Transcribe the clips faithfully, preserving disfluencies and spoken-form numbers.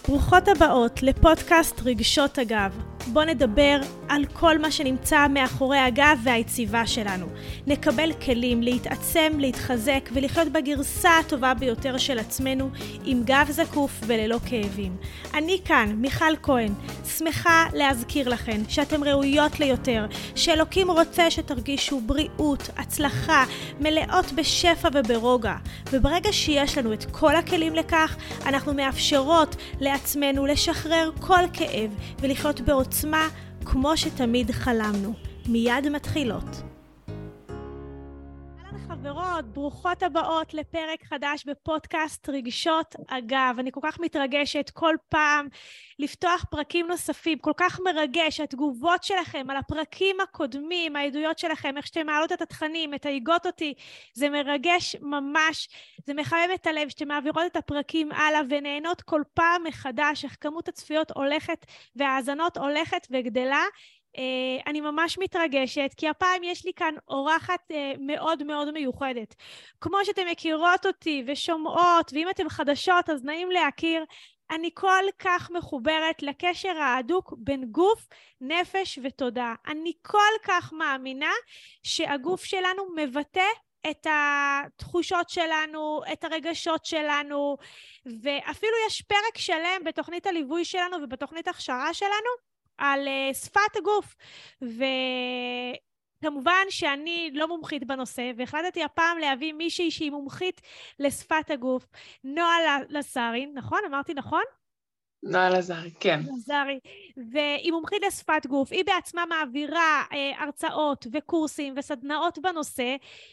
ברוכות הבאות לפודקאסט רגשות הגב. בוא נדבר על כל מה שנמצא מאחורי הגב והיציבה שלנו. נקבל כלים להתעצם, להתחזק ולחיות בגרסה הטובה ביותר של עצמנו עם גב זקוף וללא כאבים. אני כאן, מיכל כהן, שמחה להזכיר לכן שאתם ראויות ליותר, שאלוקים רוצה שתרגישו בריאות, הצלחה, מלאות בשפע וברוגע. וברגע שיש לנו את כל הכלים לכך, אנחנו מאפשרות לעצמנו לשחרר כל כאב ולחיות בעוצמה כמו שתמיד חלמנו. מיד מתחילות. אהלן חברות, ברוכות הבאות לפרק חדש בפודקאסט רגשות הגב. אני כל כך מתרגשת כל פעם לפתוח פרקים נוספים, כל כך מרגש, התגובות שלכם על הפרקים הקודמים, העדויות שלכם, איך שאתם מעלות את התכנים, מתייגות אותי, זה מרגש ממש, זה מחמם את הלב שאתם מעבירות את הפרקים הלאה ונהנות כל פעם מחדש, איך כמות הצפיות הולכת והאזנות הולכת וגדלה. Uh, אני ממש מתרגשת, כי הפעם יש לי כאן אורחת uh, מאוד מאוד מיוחדת. כמו שאתם מכירות אותי ושומעות, ואם אתם חדשות אז נעים להכיר, אני כל כך מחוברת לקשר ההדוק בין גוף, נפש ותודעה. אני כל כך מאמינה שהגוף שלנו מבטא את התחושות שלנו, את הרגשות שלנו, ואפילו יש פרק שלם בתוכנית הליווי שלנו ובתוכנית הכשרה שלנו, על uh, שפת הגוף, וכמובן שאני לא מומחית בנושא, והחלטתי הפעם להביא מישהי שהיא מומחית לשפת הגוף, נועה לזרי, נכון? אמרתי נכון? נועה לזרי, כן. לזרי, והיא מומחית לשפת גוף, היא בעצמה מעבירה uh, הרצאות וקורסים וסדנאות בנושא,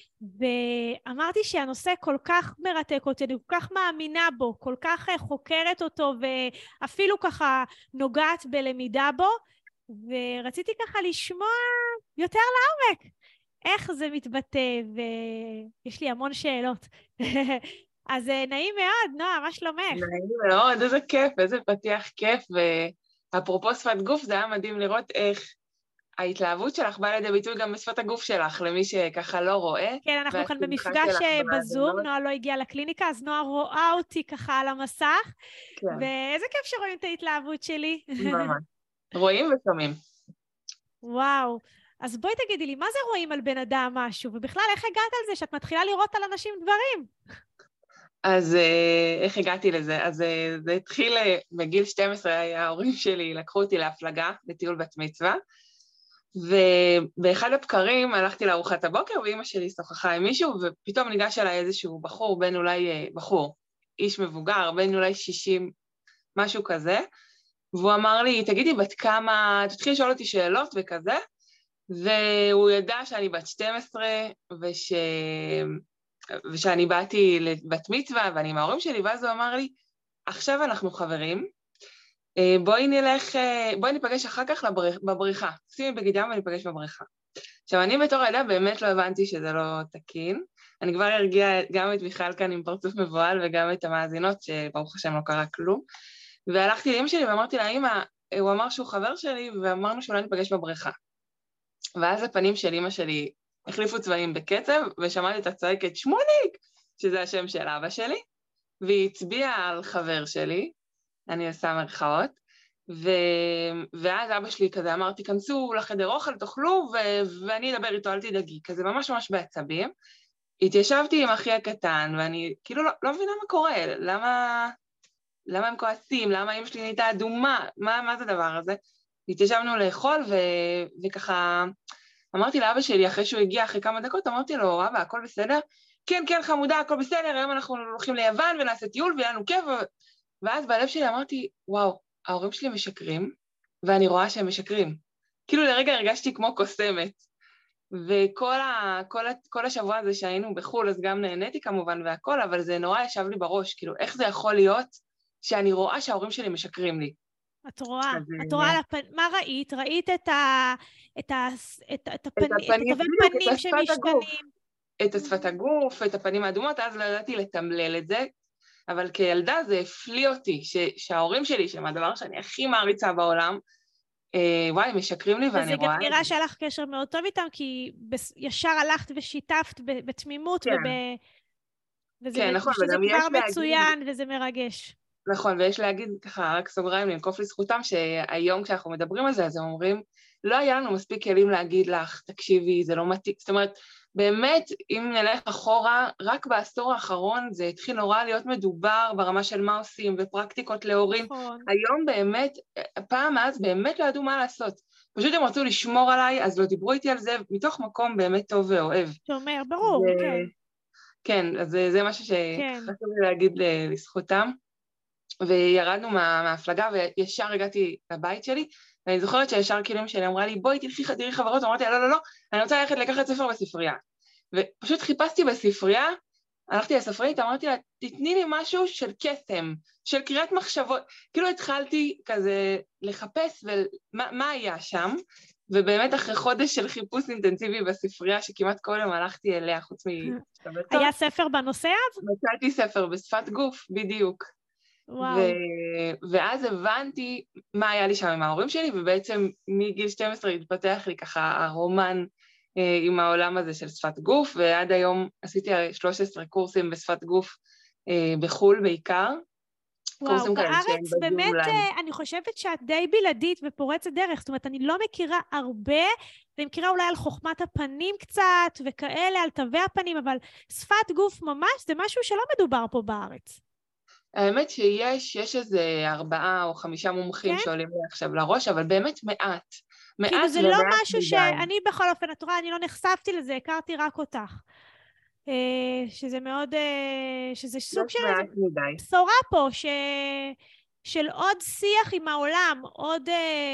ואמרתי שהנושא כל כך מרתק אותי, אני כל כך מאמינה בו, כל כך חוקרת אותו ואפילו ככה נוגעת בלמידה בו, ורציתי ככה לשמוע יותר לעומק איך זה מתבטא, ויש לי המון שאלות. אז נעים מאוד, נועה, מה שלומך? נעים מאוד, איזה כיף, איזה פתיח כיף, ואפרופו שפת גוף, זה היה מדהים לראות איך ההתלהבות שלך באה לידי ביטוי גם בשפת הגוף שלך, למי שככה לא רואה. כן, אנחנו כאן במפגש בזום, נועה לא הגיעה לקליניקה, אז נועה רואה אותי ככה על המסך, כן. ואיזה כיף שרואים את ההתלהבות שלי. ממש, רואים ושומעים. וואו, אז בואי תגידי לי, מה זה רואים על בן אדם משהו, ובכלל איך הגעת על זה שאת מתחילה לראות על אנשים דברים? אז איך הגעתי לזה? אז זה התחיל בגיל שתים עשרה, ההורים שלי לקחו אותי להפלגה, לטיול בת מצווה, ובאחד הבקרים הלכתי לארוחת הבוקר, ואמא שלי שוחחה עם מישהו, ופתאום ניגש אליי איזשהו בחור, בין אולי בחור, איש מבוגר, בין אולי שישים, משהו כזה, והוא אמר לי, תגידי בת כמה, תתחיל לשאול אותי שאלות וכזה, והוא ידע שאני בת שתים עשרה, וש... ושאני באתי לבת מצווה, ואני עם ההורים שלי, ואז הוא אמר לי, עכשיו אנחנו חברים, בואי נלך, בואי ניפגש אחר כך לבריח, בבריחה, שימי בגידם וניפגש בבריחה. עכשיו, אני בתור ילדה באמת לא הבנתי שזה לא תקין, אני כבר הרגיע גם את מיכל כאן עם פרצוף מבועל, וגם את המאזינות, שברוך השם לא קרה כלום, והלכתי לאמא שלי ואמרתי לה, אמא, הוא אמר שהוא חבר שלי, ואמרנו שאולי ניפגש בבריכה. ואז הפנים של אמא שלי החליפו צבעים בקצב, ושמעתי את הצועקת שמוניק, שזה השם של אבא שלי, והיא הצביעה על חבר שלי, אני עושה מרכאות, ו... ואז אבא שלי כזה אמר, תיכנסו לחדר אוכל, תאכלו, ו... ואני אדבר איתו, אל תדאגי, כזה ממש ממש בעצבים. התיישבתי עם אחי הקטן, ואני כאילו לא, לא מבינה מה קורה, למה, למה הם כועסים, למה אמא שלי נהייתה אדומה, מה, מה זה הדבר הזה? התיישבנו לאכול, ו... וככה אמרתי לאבא שלי, אחרי שהוא הגיע אחרי כמה דקות, אמרתי לו, אבא, הכל בסדר? כן, כן, חמודה, הכל בסדר, היום אנחנו הולכים ליוון ונעשה טיול ויהיה לנו כיף, ו... ואז בלב שלי אמרתי, וואו, ההורים שלי משקרים, ואני רואה שהם משקרים. כאילו לרגע הרגשתי כמו קוסמת, וכל ה, כל ה, כל השבוע הזה שהיינו בחול, אז גם נהניתי כמובן והכל, אבל זה נורא ישב לי בראש, כאילו, איך זה יכול להיות שאני רואה שההורים שלי משקרים לי? את רואה, את רואה, מה ראית? ראית את ה... את ה... את הפנים שמשתנים. את השפת הגוף, את הפנים האדומות, אז לא ידעתי לתמלל את זה, אבל כילדה זה הפליא אותי, שההורים שלי, שהם הדבר שאני הכי מעריצה בעולם, וואי, משקרים לי ואני רואה... וזה גם נראה שהלך קשר מאוד טוב איתם, כי ישר הלכת ושיתפת בתמימות, וזה כבר מצוין וזה מרגש. נכון, ויש להגיד ככה, רק סוגריים, לנקוף לזכותם, שהיום כשאנחנו מדברים על זה, אז הם אומרים, לא היה לנו מספיק כלים להגיד לך, תקשיבי, זה לא מתאים, זאת אומרת, באמת, אם נלך אחורה, רק בעשור האחרון זה התחיל נורא להיות מדובר ברמה של מה עושים ופרקטיקות להורים. נכון. היום באמת, פעם אז באמת לא ידעו מה לעשות. פשוט הם רצו לשמור עליי, אז לא דיברו איתי על זה, מתוך מקום באמת טוב ואוהב. שאומר, ברור, ו... כן. כן, אז זה, זה משהו כן. שחשוב לי להגיד לזכותם. וירדנו מה, מההפלגה וישר הגעתי לבית שלי, ואני זוכרת שישר כאילו שלי אמרה לי, בואי תלכי תראי חברות, ואמרתי, לא, לא, לא, אני רוצה ללכת לקחת ספר בספרייה. ופשוט חיפשתי בספרייה, הלכתי לספרית, אמרתי לה, תתני לי משהו של קסם, של קריאת מחשבות, כאילו התחלתי כזה לחפש ומה, מה היה שם, ובאמת אחרי חודש של חיפוש אינטנסיבי בספרייה, שכמעט כל יום הלכתי אליה, חוץ משתבצות. היה ספר בנושא אז? מצאתי ספר בשפת גוף, בדיוק. וואו. ו- ואז הבנתי מה היה לי שם עם ההורים שלי, ובעצם מגיל שתים עשרה התפתח לי ככה הרומן אה, עם העולם הזה של שפת גוף, ועד היום עשיתי שלושה עשר קורסים בשפת גוף אה, בחול בעיקר. וואו, בארץ באמת אה, אני חושבת שאת די בלעדית ופורצת דרך, זאת אומרת, אני לא מכירה הרבה, אני מכירה אולי על חוכמת הפנים קצת, וכאלה, על תווי הפנים, אבל שפת גוף ממש זה משהו שלא מדובר פה בארץ. האמת שיש, יש איזה ארבעה או חמישה מומחים כן? שעולים לי עכשיו לראש, אבל באמת מעט. מעט כאילו זה לא משהו מדי. שאני בכל אופן, את רואה, אני לא נחשפתי לזה, הכרתי רק אותך. שזה מאוד, שזה סוג של בשורה פה, ש... של עוד שיח עם העולם, עוד...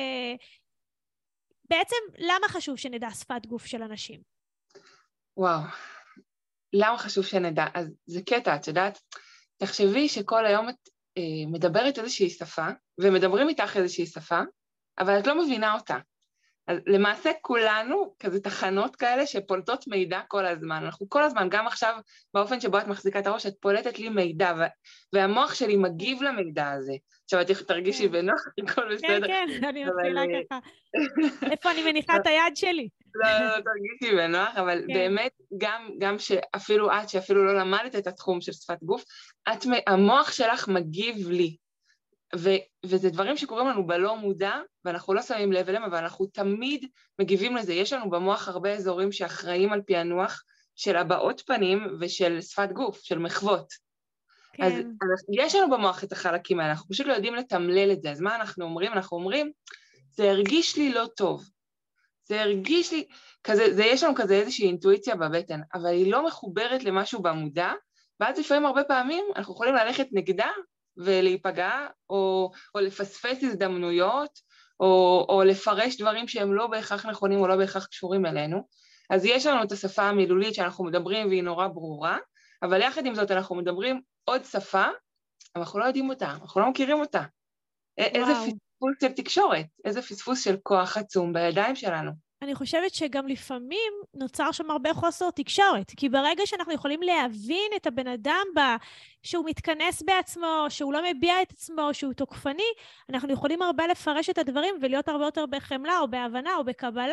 בעצם, למה חשוב שנדע שפת גוף של אנשים? וואו, למה חשוב שנדע? אז זה קטע, את יודעת, תחשבי שכל היום את אה, מדברת איזושהי שפה, ומדברים איתך איזושהי שפה, אבל את לא מבינה אותה. אז למעשה כולנו, כזה תחנות כאלה שפולטות מידע כל הזמן. אנחנו כל הזמן, גם עכשיו, באופן שבו את מחזיקה את הראש, את פולטת לי מידע, והמוח שלי מגיב למידע הזה. עכשיו, את תרגישי בנוח, הכל בסדר. כן, כן, אני מתחילה ככה. איפה אני מניחה את היד שלי? לא, לא, תרגישי בנוח, אבל באמת, גם שאפילו את, שאפילו לא למדת את התחום של שפת גוף, המוח שלך מגיב לי. ו- וזה דברים שקורים לנו בלא מודע, ואנחנו לא שמים לב אליהם, אבל אנחנו תמיד מגיבים לזה. יש לנו במוח הרבה אזורים שאחראים על פענוח של הבעות פנים ושל שפת גוף, של מחוות. כן. אז אנחנו, יש לנו במוח את החלקים האלה, אנחנו פשוט לא יודעים לתמלל את זה. אז מה אנחנו אומרים? אנחנו אומרים, זה הרגיש לי לא טוב. זה הרגיש לי, כזה, זה, יש לנו כזה איזושהי אינטואיציה בבטן, אבל היא לא מחוברת למשהו במודע, ואז לפעמים הרבה פעמים אנחנו יכולים ללכת נגדה, ולהיפגע, או, או לפספס הזדמנויות, או, או לפרש דברים שהם לא בהכרח נכונים או לא בהכרח קשורים אלינו. אז יש לנו את השפה המילולית שאנחנו מדברים והיא נורא ברורה, אבל יחד עם זאת אנחנו מדברים עוד שפה, אבל אנחנו לא יודעים אותה, אנחנו לא מכירים אותה. וואו. איזה פספוס של תקשורת, איזה פספוס של כוח עצום בידיים שלנו. אני חושבת שגם לפעמים נוצר שם הרבה חוסר תקשורת, כי ברגע שאנחנו יכולים להבין את הבן אדם בה, שהוא מתכנס בעצמו, שהוא לא מביע את עצמו, שהוא תוקפני, אנחנו יכולים הרבה לפרש את הדברים ולהיות הרבה יותר בחמלה או בהבנה או בקבלה,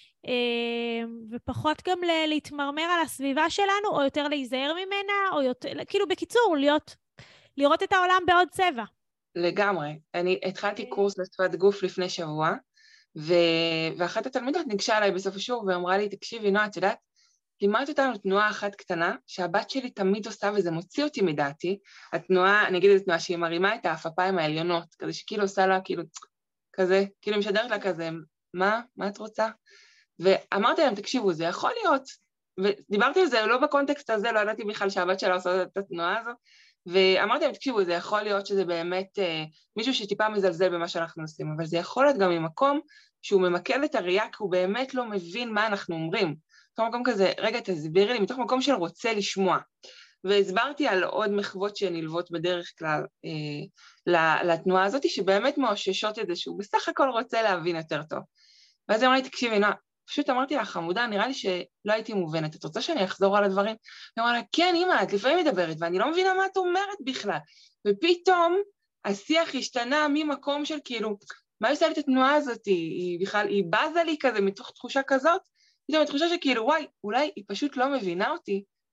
ופחות גם להתמרמר על הסביבה שלנו, או יותר להיזהר ממנה, או יותר, כאילו בקיצור, להיות, לראות את העולם בעוד צבע. לגמרי. אני התחלתי קורס לשפת גוף לפני שבוע, ו- ואחת התלמידות ניגשה אליי בסוף השיעור ואמרה לי, תקשיבי, נועה, את יודעת, לימדת אותנו תנועה אחת קטנה, שהבת שלי תמיד עושה וזה מוציא אותי מדעתי, התנועה, אני אגיד את התנועה שהיא מרימה את האפפיים העליונות, כזה שכאילו עושה לה, כאילו, כזה, כאילו משדרת לה כזה, מה? מה את רוצה? ואמרתי להם, תקשיבו, זה יכול להיות, ודיברתי על זה לא בקונטקסט הזה, לא ידעתי בכלל שהבת שלה עושה את התנועה הזו, ואמרתי להם, תקשיבו, זה יכול להיות שזה באמת אה, מישהו שטיפה מזלזל במה שאנחנו עושים, אבל זה יכול להיות גם ממקום שהוא ממקד את הראייה, כי הוא באמת לא מבין מה אנחנו אומרים. מתוך מקום כזה, רגע, תסבירי לי, מתוך מקום של רוצה לשמוע. והסברתי על עוד מחוות שנלוות בדרך כלל אה, לתנועה הזאת, שבאמת מאוששות את זה, שהוא בסך הכל רוצה להבין יותר טוב. ואז אמרתי, תקשיבי, נועה, פשוט אמרתי לה, חמודה, נראה לי שלא הייתי מובנת. את רוצה שאני אחזור על הדברים? היא אמרה לה, כן, אמא, את לפעמים מדברת, ואני לא מבינה מה את אומרת בכלל. ופתאום השיח השתנה ממקום של כאילו, מה עושה לי את התנועה הזאת? היא בכלל, היא בזה לי כזה מתוך תחושה כזאת, פתאום התחושה שכאילו, וואי, אולי היא פשוט לא מבינה אותי,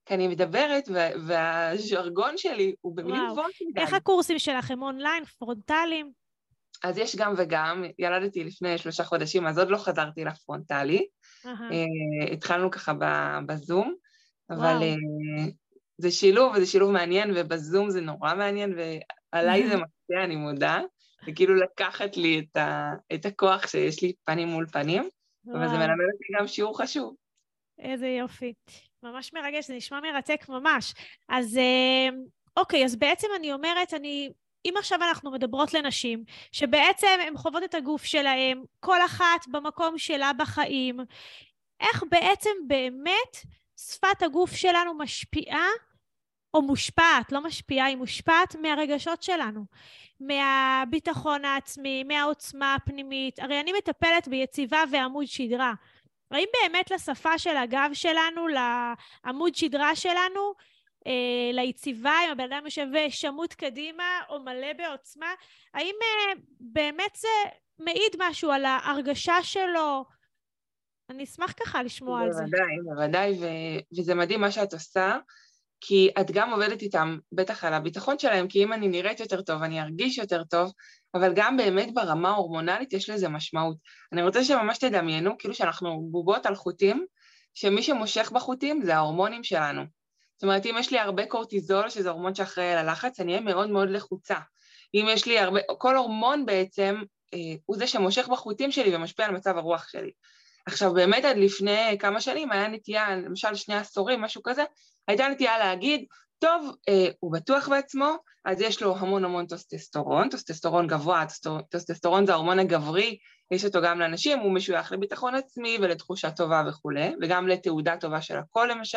כי אני מדברת, והז'רגון שלי הוא במילים גבוהות מדי. איך הקורסים שלכם? אונליין, פרונטליים? אז יש גם וגם, ילדתי לפני שלושה חודשים, אז עוד לא חזרתי לפרונטלי. התחלנו ככה בזום, אבל זה שילוב, וזה שילוב מעניין, ובזום זה נורא מעניין, ועליי זה מקצה, אני מודה, וכאילו לקחת לי את הכוח שיש לי פנים מול פנים, אבל זה מלמד אותי גם שיעור חשוב. איזה יופי. ממש מרגש, זה נשמע מרתק ממש. אז אוקיי, אז בעצם אני אומרת, אני, אם עכשיו אנחנו מדברות לנשים, שבעצם הן חוות את הגוף שלהן, כל אחת במקום שלה בחיים, איך בעצם באמת שפת הגוף שלנו משפיעה, או מושפעת, לא משפיעה, היא מושפעת מהרגשות שלנו, מהביטחון העצמי, מהעוצמה הפנימית. הרי אני מטפלת ביציבה ועמוד שדרה. האם באמת לשפה של הגב שלנו, לעמוד שדרה שלנו, אה, ליציבה, אם הבן אדם יושב שמות קדימה או מלא בעוצמה, האם אה, באמת זה מעיד משהו על ההרגשה שלו? אני אשמח ככה לשמוע על זה. בוודאי, בוודאי, ו- וזה מדהים מה שאת עושה, כי את גם עובדת איתם בטח על הביטחון שלהם, כי אם אני נראית יותר טוב, אני ארגיש יותר טוב, אבל גם באמת ברמה ההורמונלית יש לזה משמעות. אני רוצה שממש תדמיינו, כאילו שאנחנו בובות על חוטים, שמי שמושך בחוטים זה ההורמונים שלנו. זאת אומרת, אם יש לי הרבה קורטיזול, שזה הורמון שאחראי על הלחץ, אני אהיה מאוד מאוד לחוצה. אם יש לי הרבה, כל הורמון בעצם, אה, הוא זה שמושך בחוטים שלי ומשפיע על מצב הרוח שלי. עכשיו, באמת עד לפני כמה שנים היה נטייה, למשל שני עשורים, משהו כזה, הייתה נטייה להגיד, טוב, אה, הוא בטוח בעצמו, אז יש לו המון המון טוסטסטורון, טוסטסטורון גבוה, טוסטסטורון זה ההורמון הגברי, יש אותו גם לאנשים, הוא משוייך לביטחון עצמי ולתחושה טובה וכו', וגם לתעודה טובה של הכל למשל,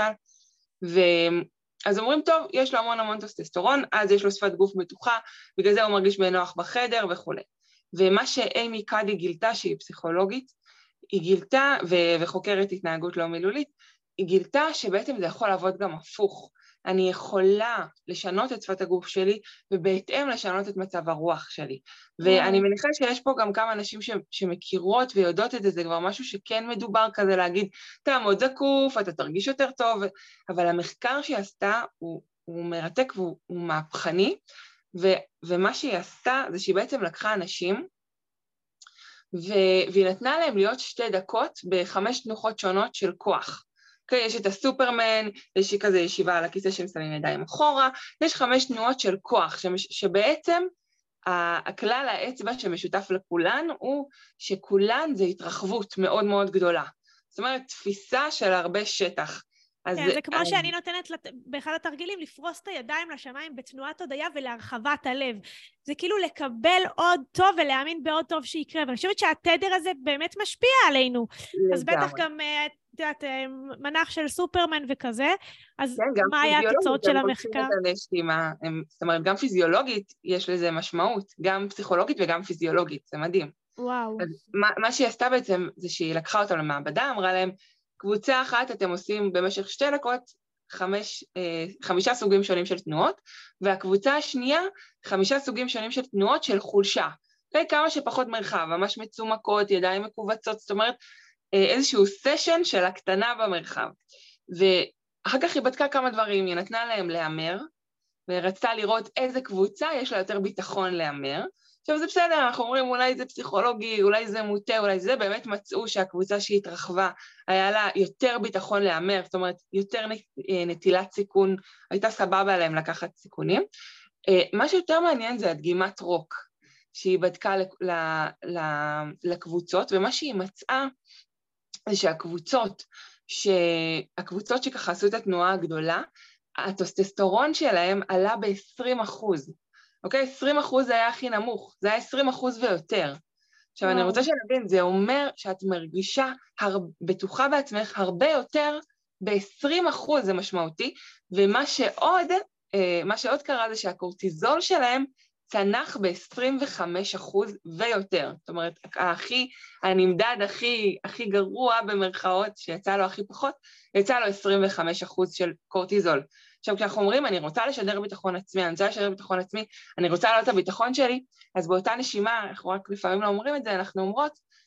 ואז אומרים, טוב, יש לו המון המון טוסטסטורון, אז יש לו שפת גוף בטוחה, בגלל זה הוא מרגיש בנוח בחדר וכו'. ומה שאימי קאדי גילתה, שהיא פסיכולוגית, היא גילתה, ו- וחוקרת התנהגות לא מילולית, היא גילתה שבעצם זה יכול לעבוד גם הפוך. אני יכולה לשנות את שפת הגוף שלי, ובהתאם לשנות את מצב הרוח שלי. ואני מניחה שיש פה גם כמה אנשים ש- שמכירות ויודעות את זה, זה כבר משהו שכן מדובר כזה להגיד, תעמוד זקוף, אתה תרגיש יותר טוב, אבל המחקר שהיא עשתה הוא, הוא מרתק והוא הוא מהפכני, ו- ומה שהיא עשתה זה שהיא בעצם לקחה אנשים, והיא נתנה להם להיות שתי דקות בחמש תנוחות שונות של כוח. Okay, יש את הסופרמן, יש כזה ישיבה על הכיסא ששמים ידיים אחורה, יש חמש תנועות של כוח, שבעצם הכלל האצבע שמשותף לכולן הוא שכולן זה התרחבות מאוד מאוד גדולה. זאת אומרת, תפיסה של הרבה שטח. כן, זה כמו שאני נותנת באחד התרגילים, לפרוס את הידיים לשמיים בתנועת הודיה ולהרחבת הלב. זה כאילו לקבל עוד טוב ולהאמין בעוד טוב שיקרה, ואני חושבת שהתדר הזה באמת משפיע עלינו. אז בטח גם, את יודעת, מנח של סופרמן וכזה, אז מה היה התוצאות של המחקר? זאת אומרת, גם פיזיולוגית יש לזה משמעות, גם פסיכולוגית וגם פיזיולוגית, זה מדהים. וואו. מה שהיא עשתה בעצם זה שהיא לקחה אותם למעבדה, אמרה להם, קבוצה אחת אתם עושים במשך שתי דקות חמש, אה, חמישה סוגים שונים של תנועות, והקבוצה השנייה חמישה סוגים שונים של תנועות של חולשה. okay, כמה שפחות מרחב, ממש מצומקות, ידיים מקובצות, זאת אומרת אה, איזשהו סשן של הקטנה במרחב. ואחר כך היא בדקה כמה דברים, היא נתנה להם לאמר, ורצתה לראות איזה קבוצה יש לה יותר ביטחון לאמר, עכשיו זה בסדר, אנחנו אומרים אולי זה פסיכולוגי, אולי זה מוטה, אולי זה באמת מצאו שהקבוצה שהתרחבה היה לה יותר ביטחון לאמר, זאת אומרת יותר נטילת סיכון, הייתה סבבה להם לקחת סיכונים. מה שיותר מעניין זה הדגימת רוק, שהיא בדקה לקבוצות, ומה שהיא מצאה זה שהקבוצות, שהקבוצות שככה עשו את התנועה הגדולה, הטוסטסטורון שלהם עלה ב-עשרים אחוז. אוקיי? עשרים אחוז זה היה הכי נמוך, זה היה עשרים אחוז ויותר. עכשיו, וואו. אני רוצה שנבין, זה אומר שאת מרגישה הר... בטוחה בעצמך הרבה יותר ב-עשרים אחוז, זה משמעותי, ומה שעוד, מה שעוד קרה זה שהקורטיזול שלהם צנח ב-עשרים וחמישה אחוז ויותר. זאת אומרת, הכי, הנמדד הכי, הכי גרוע במרכאות, שיצא לו הכי פחות, יצא לו עשרים וחמישה אחוז של קורטיזול. עכשיו, כשאנחנו אומרים, אני רוצה לשדר ביטחון עצמי, אני רוצה לשדר ביטחון עצמי, אני רוצה לעלות את הביטחון שלי, אז באותה נשימה, אנחנו רק לפעמים לא אומרים את זה, אנחנו אומרות,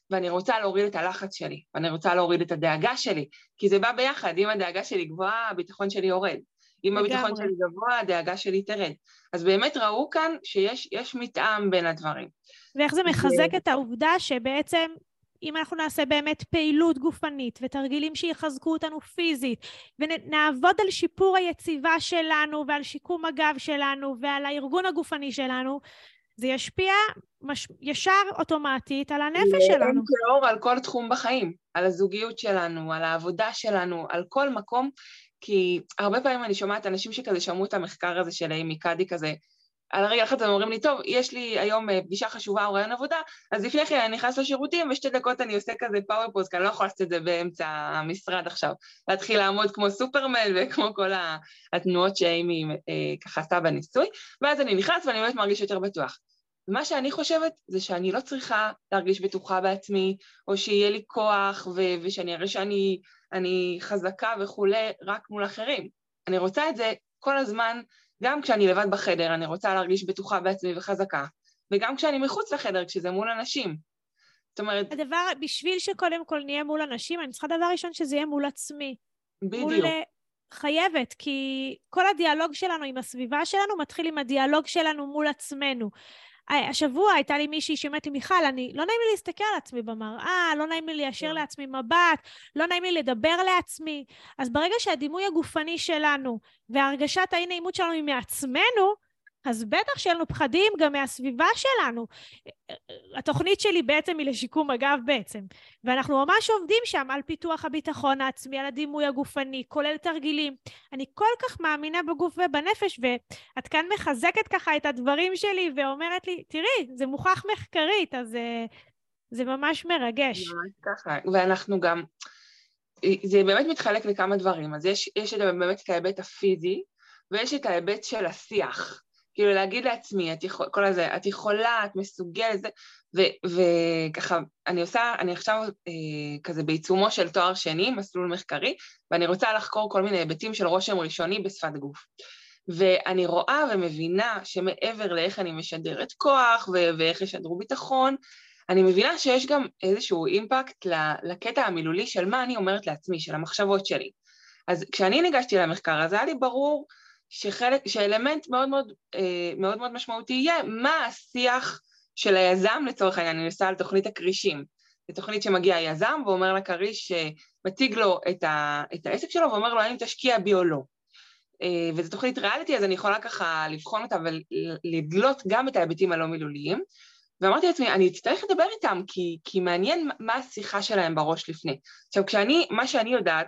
ואני רוצה להוריד את הלחץ שלי, ואני רוצה להוריד את הדאגה שלי, כי זה בא ביחד, אם הדאגה שלי גבוהה, הביטחון שלי יורד. אם הביטחון שלי גבוה, הדאגה שלי תרד. אז באמת ראו כאן שיש יש מתאם בין הדברים. ואיך זה מחזק את העובדה שבעצם, אם אנחנו נעשה באמת פעילות גופנית, ותרגילים שיחזקו אותנו פיזית, ונעבוד על שיפור היציבה שלנו, ועל שיקום הגב שלנו, ועל הארגון הגופני שלנו, זה ישפיע מש... ישר אוטומטית על הנפש שלנו. אין כאור על כל תחום בחיים, על הזוגיות שלנו, על העבודה שלנו, על כל מקום, כי הרבה פעמים אני שומעת אנשים שכזה שמעו את המחקר הזה של אימי קאדי כזה, על הרגע אחד הם אומרים לי, טוב, יש לי היום פגישה חשובה או רעיון עבודה, אז לפני כן אני נכנס לשירותים, ושתי דקות אני עושה כזה פאוורפוז, כי אני לא יכולה לעשות את זה באמצע המשרד עכשיו, להתחיל לעמוד כמו סופרמן, וכמו כל התנועות שאימי ככה עשתה בניסוי, ואז אני נכנס ואני באמת מרגיש יותר בטוח. ומה שאני חושבת זה שאני לא צריכה להרגיש בטוחה בעצמי, או שיהיה לי כוח, ו- ושאני אראה שאני אני חזקה וכולי, רק מול אחרים. אני רוצה את זה כל הזמן, גם כשאני לבד בחדר, אני רוצה להרגיש בטוחה בעצמי וחזקה, וגם כשאני מחוץ לחדר, כשזה מול אנשים. זאת אומרת... הדבר, בשביל שקודם כל נהיה מול אנשים, אני צריכה דבר ראשון שזה יהיה מול עצמי. בדיוק. מול חייבת, כי כל הדיאלוג שלנו עם הסביבה שלנו, מתחיל עם הדיאלוג שלנו מול עצמנו. השבוע הייתה לי מישהי שאומרת לי, מיכל, אני, לא נעים לי להסתכל על עצמי במראה, לא נעים לי ליישר לעצמי מבט, לא נעים לי לדבר לעצמי. אז ברגע שהדימוי הגופני שלנו והרגשת האי-נעימות שלנו היא מעצמנו, אז בטח שאין לנו פחדים גם מהסביבה שלנו. התוכנית שלי בעצם היא לשיקום הגב בעצם, ואנחנו ממש עובדים שם על פיתוח הביטחון העצמי, על הדימוי הגופני, כולל תרגילים. אני כל כך מאמינה בגוף ובנפש, ואת כאן מחזקת ככה את הדברים שלי, ואומרת לי, תראי, זה מוכח מחקרית, אז זה, זה ממש מרגש. ממש ככה, ואנחנו גם, זה באמת מתחלק לכמה דברים, אז יש, יש באמת את ההיבט הפיזי, ויש את ההיבט של השיח. כאילו להגיד לעצמי, את יכול, כל הזה, את יכולה, את מסוגלת, וככה, אני עושה, אני עכשיו אה, כזה בעיצומו של תואר שני, מסלול מחקרי, ואני רוצה לחקור כל מיני היבטים של רושם ראשוני בשפת גוף. ואני רואה ומבינה שמעבר לאיך אני משדרת כוח, ו- ואיך ישדרו ביטחון, אני מבינה שיש גם איזשהו אימפקט לקטע המילולי של מה אני אומרת לעצמי, של המחשבות שלי. אז כשאני ניגשתי למחקר הזה, היה לי ברור, שחלק, שאלמנט מאוד מאוד, מאוד מאוד משמעותי יהיה מה השיח של היזם לצורך העניין, אני עושה על תוכנית הקרישים, זו תוכנית שמגיע היזם ואומר לקריש שמציג לו את, ה, את העסק שלו ואומר לו האם תשקיע בי או לא. וזו תוכנית ריאליטי, אז אני יכולה ככה לבחון אותה ולדלות גם את ההיבטים הלא מילוליים, ואמרתי לעצמי, אני אצטרך לדבר איתם, כי, כי מעניין מה השיחה שלהם בראש לפני. עכשיו, כשאני, מה שאני יודעת,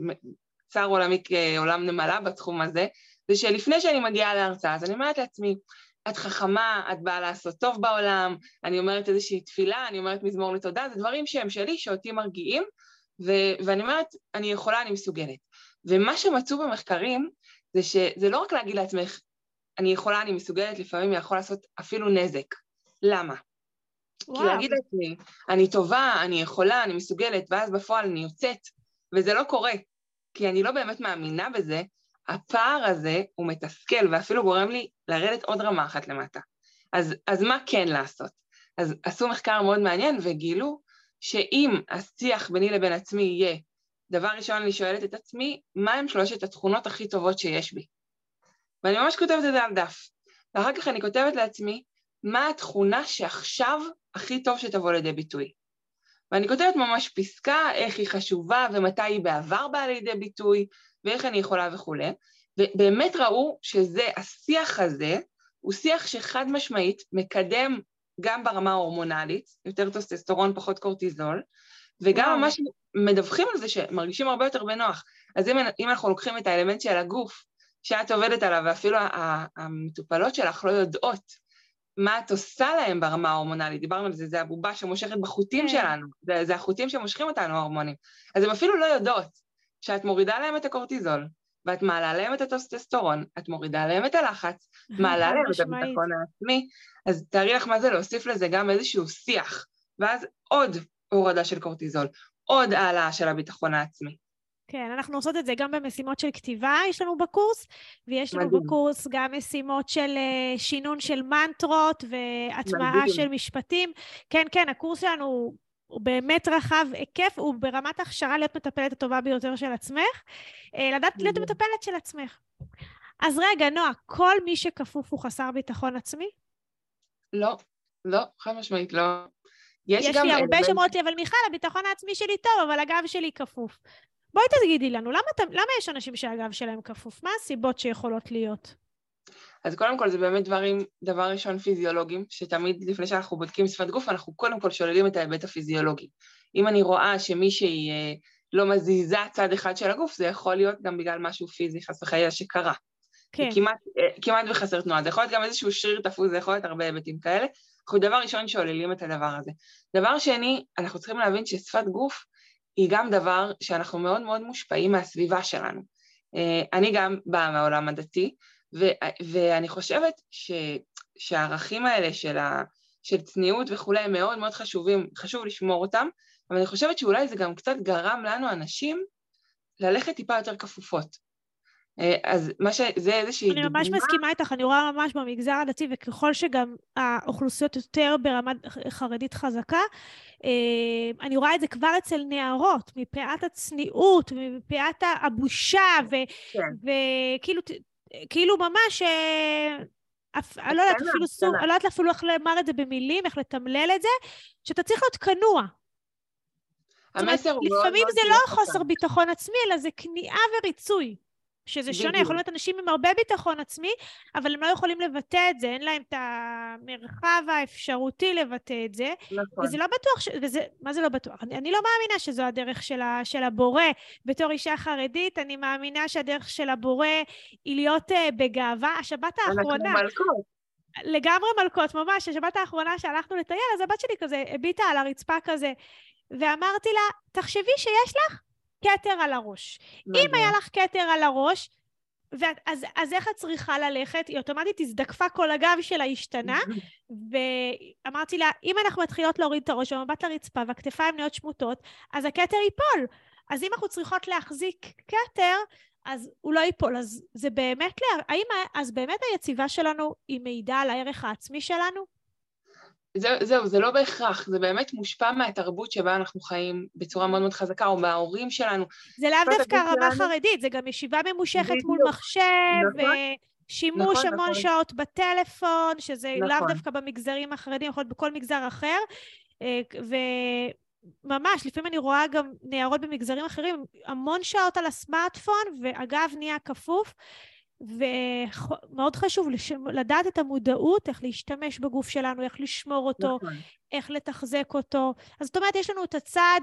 צער עולמי כעולם נמלה בתחום הזה, זה שלפני שאני מגיעה להרצאה, אז אני אומרת לעצמי, את חכמה, את באה לעשות טוב בעולם, אני אומרת איזושהי תפילה, אני אומרת מזמור לתודה, זה דברים שהם שלי, שאותי מרגיעים, ו- ואני אומרת, אני יכולה, אני מסוגלת. ומה שמצאו במחקרים, זה שזה לא רק להגיד לעצמך, אני יכולה, אני מסוגלת, לפעמים יכול לעשות אפילו נזק. למה? וואו. כי להגיד לעצמי, אני טובה, אני יכולה, אני מסוגלת, ואז בפועל אני יוצאת, וזה לא קורה, כי אני לא באמת מאמינה בזה, הפער הזה הוא מתסכל, ואפילו גורם לי לרדת עוד רמה אחת למטה. אז, אז מה כן לעשות? אז עשו מחקר מאוד מעניין, וגילו שאם השיח ביני לבין עצמי יהיה, דבר ראשון אני שואלת את עצמי, מה הם שלושת התכונות הכי טובות שיש בי? ואני ממש כותבת את זה על דף. ואחר כך אני כותבת לעצמי, מה התכונה שעכשיו הכי טוב שתבוא לידי ביטוי? ואני כותבת ממש פסקה, איך היא חשובה, ומתי היא בעבר באה לידי ביטוי, ואיך אני יכולה וכו'. ובאמת ראו שזה, השיח הזה, הוא שיח שחד משמעית מקדם גם ברמה ההורמונלית, יותר טוסטסטרון, פחות קורטיזול, וגם וואו. ממש מדווחים על זה שמרגישים הרבה יותר בנוח. אז אם, אם אנחנו לוקחים את האלמנט של הגוף, שאת עובדת עליו, ואפילו המטופלות שלך לא יודעות, מה את עושה להם ברמה ההורמונלית, דיברנו על זה, זה הבובה שמושכת בחוטים שלנו, זה, זה החוטים שמושכים אותנו, ההורמונים. אז הם אפילו לא יודעות שאת מורידה להם את הקורטיזול, ואת מעלה להם את הטוסטסטרון, את מורידה להם את הלחץ, מעלה להם את הביטחון העצמי, אז תארי לך מה זה להוסיף לזה גם איזשהו שיח, ואז עוד הורדה של קורטיזול, עוד העלה של הביטחון העצמי. כן, אנחנו עושות את זה גם במשימות של כתיבה, יש לנו בקורס, ויש לנו מדהים. בקורס גם משימות של שינון של מנטרות, והטמעה של משפטים. כן, כן, הקורס שלנו הוא באמת רחב היקף, הוא ברמת הכשרה להיות מטפלת הטובה ביותר של עצמך, לדעת להיות מטפלת של עצמך. אז רגע, נועה, כל מי שכפוף הוא חסר ביטחון עצמי? לא, לא, חד משמעית, לא. יש, יש לי הרבה אלמנט... שאומרות לי, אבל מיכל, הביטחון העצמי שלי טוב, אבל הגב שלי כפוף. בואי תגידי לנו, למה, למה יש אנשים שהגב שלהם כפוף? מה הסיבות שיכולות להיות? אז קודם כל זה באמת דברים, דבר ראשון פיזיולוגיים, שתמיד לפני שאנחנו בודקים שפת גוף, אנחנו קודם כל שוללים את ההיבט הפיזיולוגי. אם אני רואה שמישהי אה, לא מזיזה צד אחד של הגוף, זה יכול להיות גם בגלל משהו פיזי, חס וחלילה שקרה. כן. כמעט, אה, כמעט בחסר תנועה. זה יכול להיות גם איזשהו שריר תפוס, זה יכול להיות הרבה היבטים כאלה. אנחנו דבר ראשון שוללים את הדבר הזה. דבר שני, אנחנו צריכים להבין ששפת גוף היא גם דבר שאנחנו מאוד מאוד מושפעים מהסביבה שלנו. אה, אני גם באה מהעולם הדתי, ו- ואני חושבת ש- שהערכים האלה של, ה- של צניעות וכולי הם מאוד מאוד חשובים, חשוב לשמור אותם, אבל אני חושבת שאולי זה גם קצת גרם לנו אנשים ללכת טיפה יותר כפופות. אז מה שזה איזושהי דוגמה... אני ממש מסכימה איתך, אני רואה ממש במגזר הדתי, וככל שגם האוכלוסיות יותר ברמת חרדית חזקה, אני רואה את זה כבר אצל נערות, מפאת הצניעות, מפאת הבושה, וכאילו... כאילו ממש, אני לא יודעת אפילו סוג, אני לא יודעת אפילו איך לומר את זה במילים, איך לתמלל את זה, שאתה צריך להיות כנוע. לפעמים זה לא חוסר ביטחון עצמי, אלא זה כניעה וריצוי, שזה שונה, יכול להיות אנשים עם הרבה ביטחון עצמי, אבל הם לא יכולים לבטא את זה, אין להם את המרחב האפשרותי לבטא את זה, וזה לא בטוח, מה זה לא בטוח? אני לא מאמינה שזו הדרך של הבורא, בתור אישה חרדית, אני מאמינה שהדרך של הבורא היא להיות בגאווה, השבת האחרונה, לגמרי מלכות, ממש, השבת האחרונה שהלכנו לטייל, אז הבת שלי כזה, הביטה על הרצפה כזה, ואמרתי לה, תחשבי שיש לך קטר על הראש. אם היה לך קטר על הראש, אז, אז איך את צריכה ללכת? היא אוטומטית הזדקפה כל הגב שלה השתנה, ואמרתי לה, אם אנחנו מתחילות להוריד את הראש ומבט לרצפה והכתפיים נהיות שמוטות, אז הקטר ייפול. אז אם אנחנו צריכות להחזיק קטר, אז הוא לא ייפול. אז זה באמת, האם, אז באמת היציבה שלנו היא מעידה על הערך העצמי שלנו? זהו, זהו, זה לא בהכרח, זה באמת מושפע מהתרבות שבה אנחנו חיים בצורה מאוד מאוד חזקה, או מההורים שלנו. זה לאו דווקא רמה חרדית, זה גם ישיבה ממושכת מול מחשב, שימוש המון שעות בטלפון, שזה לאו דווקא במגזרים החרדים, יכול להיות בכל מגזר אחר, וממש, לפעמים אני רואה גם נערות במגזרים אחרים, המון שעות על הסמארטפון, ואגב נהיה כפוף, ומאוד חשוב לדעת את המודעות, איך להשתמש בגוף שלנו, איך לשמור אותו, נכון. איך לתחזק אותו. אז זאת אומרת, יש לנו את הצד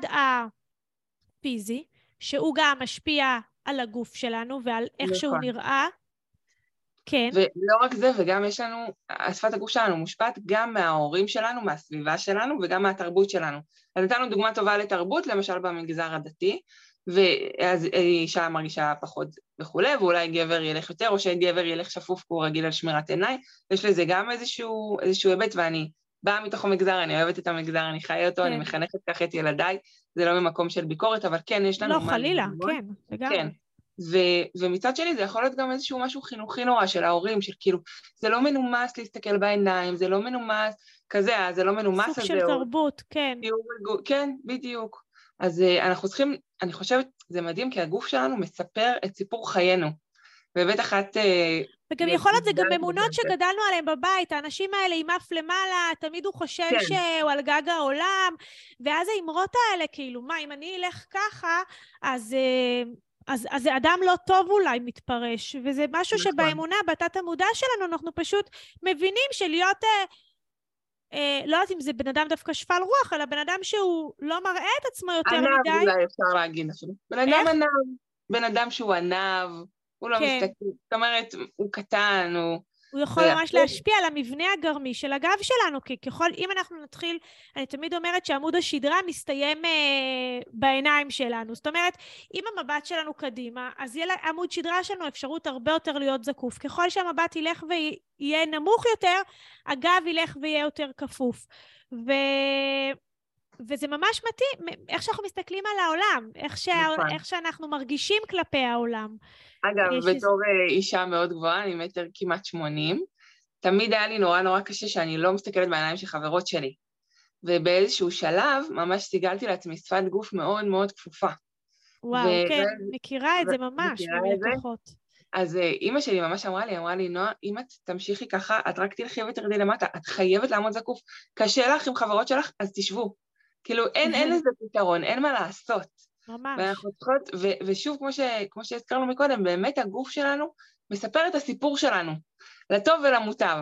הפיזי, שהוא גם משפיע על הגוף שלנו, ועל איך נכון. שהוא נראה. כן. ולא רק זה, וגם יש לנו, השפת הגוף שלנו מושפעת גם מההורים שלנו, מהסביבה שלנו, וגם מהתרבות שלנו. אז נתנו דוגמה טובה לתרבות, למשל במגזר הדתי, ואז אישה מרגישה פחות וכו', ואולי גבר ילך יותר, או שגבר ילך שפוף, כי הוא רגיל על שמירת עיניים, יש לזה גם איזשהו, איזשהו היבט, ואני באה מתוך המגזר, אני אוהבת את המגזר, אני חיה אותו, כן. אני מחנכת כך את ילדיי, זה לא ממקום של ביקורת, אבל כן, יש לנו... לא, חלילה, כן, לגמרי. כן. ו- ומצד שני זה יכול להיות גם איזשהו משהו חינוכי נורא של ההורים, של כאילו, זה לא מנומס להסתכל בעיניים, זה לא מנומס כזה, זה לא מנומס הזה. סוג של תרבות, כן. כן, בדיוק. אז אנחנו צריכים, אני חושבת, זה מדהים, כי הגוף שלנו מספר את סיפור חיינו. ובית אחת... וגם יכול להיות, זה גם אמונות שגדלנו עליהן בבית, האנשים האלה עם אף למעלה, תמיד הוא חושב כן. שהוא על גג העולם, ואז האמרות האלה, כאילו, מה, אם אני אלך ככה, אז... אז, אז זה אדם לא טוב אולי מתפרש, וזה משהו נכון. שבאמונה, בתת המודע שלנו, אנחנו פשוט מבינים שלהיות, אה, אה, לא יודעת אם זה בן אדם דווקא שפל רוח, אלא בן אדם שהוא לא מראה את עצמו יותר ענב, מדי. ענב אולי אפשר להגיד אפילו. בן אדם ענב, בן אדם שהוא ענב, הוא לא כן. מסתכל, זאת אומרת, הוא קטן, הוא... הוא יכול ממש להשפיע על המבנה הגרמי של הגב שלנו, כי ככל, אם אנחנו נתחיל, אני תמיד אומרת שעמוד השדרה מסתיים אה, בעיניים שלנו. זאת אומרת, אם המבט שלנו קדימה, אז יהיה לעמוד שדרה שלנו אפשרות הרבה יותר להיות זקוף. ככל שהמבט ילך ויהיה נמוך יותר, הגב ילך ויהיה יותר כפוף. ו... וזה ממש מתאים, איך שאנחנו מסתכלים על העולם, איך, שה... איך שאנחנו מרגישים כלפי העולם. אגב, בתור שזה... אישה מאוד גבוהה, אני מטר כמעט שמונים, תמיד היה לי נורא נורא קשה שאני לא מסתכלת בעיניים של חברות שלי. ובאיזשהו שלב ממש סיגלתי לעצמי שפת גוף מאוד מאוד כפופה. וואו, ו- כן, ו- מכירה את זה ו- ממש מכירה את זה? מלקוחות. אז uh, אימא שלי ממש אמרה לי, אמרה לי, נועה, אם את תמשיכי ככה, את רק תלכי ותרדי למטה, את חייבת לעמוד זקוף. קשה לך עם חברות שלך, אז תשבו. כאילו, אין, אין לזה פתרון, אין מה לעשות. ממש. ואנחנו צריכות, ו- ושוב, כמו, ש- כמו שהזכרנו מקודם, באמת הגוף שלנו מספר את הסיפור שלנו, לטוב ולמוטב.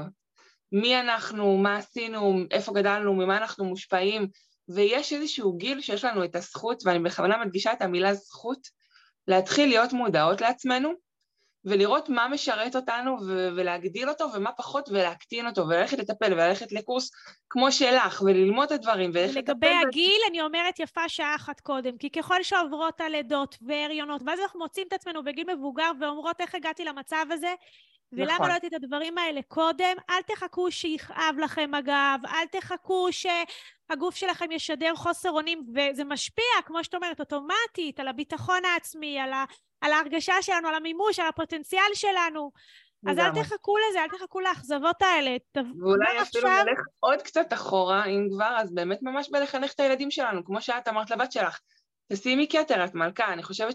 מי אנחנו, מה עשינו, איפה גדלנו, ממה אנחנו מושפעים, ויש איזשהו גיל שיש לנו את הזכות, ואני בכוונה מדגישה את המילה זכות, להתחיל להיות מודעות לעצמנו, ולראות מה משרת אותנו, ו- ולהגדיל אותו, ומה פחות, ולהקטין אותו, וללכת לטפל, וללכת לקורס כמו שלך, וללמוד את הדברים, ואיך לטפל. ולגבי הגיל, אני אומרת יפה שעה אחת קודם, כי ככל שעוברות הלידות והריונות, ואז אנחנו מוצאים את עצמנו בגיל מבוגר, ואומרות איך הגעתי למצב הזה, ולמה נכון. לא יודעת את הדברים האלה קודם, אל תחכו שיכאב לכם אגב, אל תחכו שהגוף שלכם ישדר חוסר אונים, וזה משפיע, כמו שאת אומרת, אוטומטית, על הביטחון העצמי, על, ה, על ההרגשה שלנו, על המימוש, על הפוטנציאל שלנו. אז אל לגמרי. תחכו לזה, אל תחכו לאכזבות האלה. ואולי כבר אפילו עכשיו... נלך עוד קצת אחורה, אם כבר, אז באמת ממש בלחנך את הילדים שלנו, כמו שאת אמרת לבת שלך, תשימי כתר, את מלכה. אני חושבת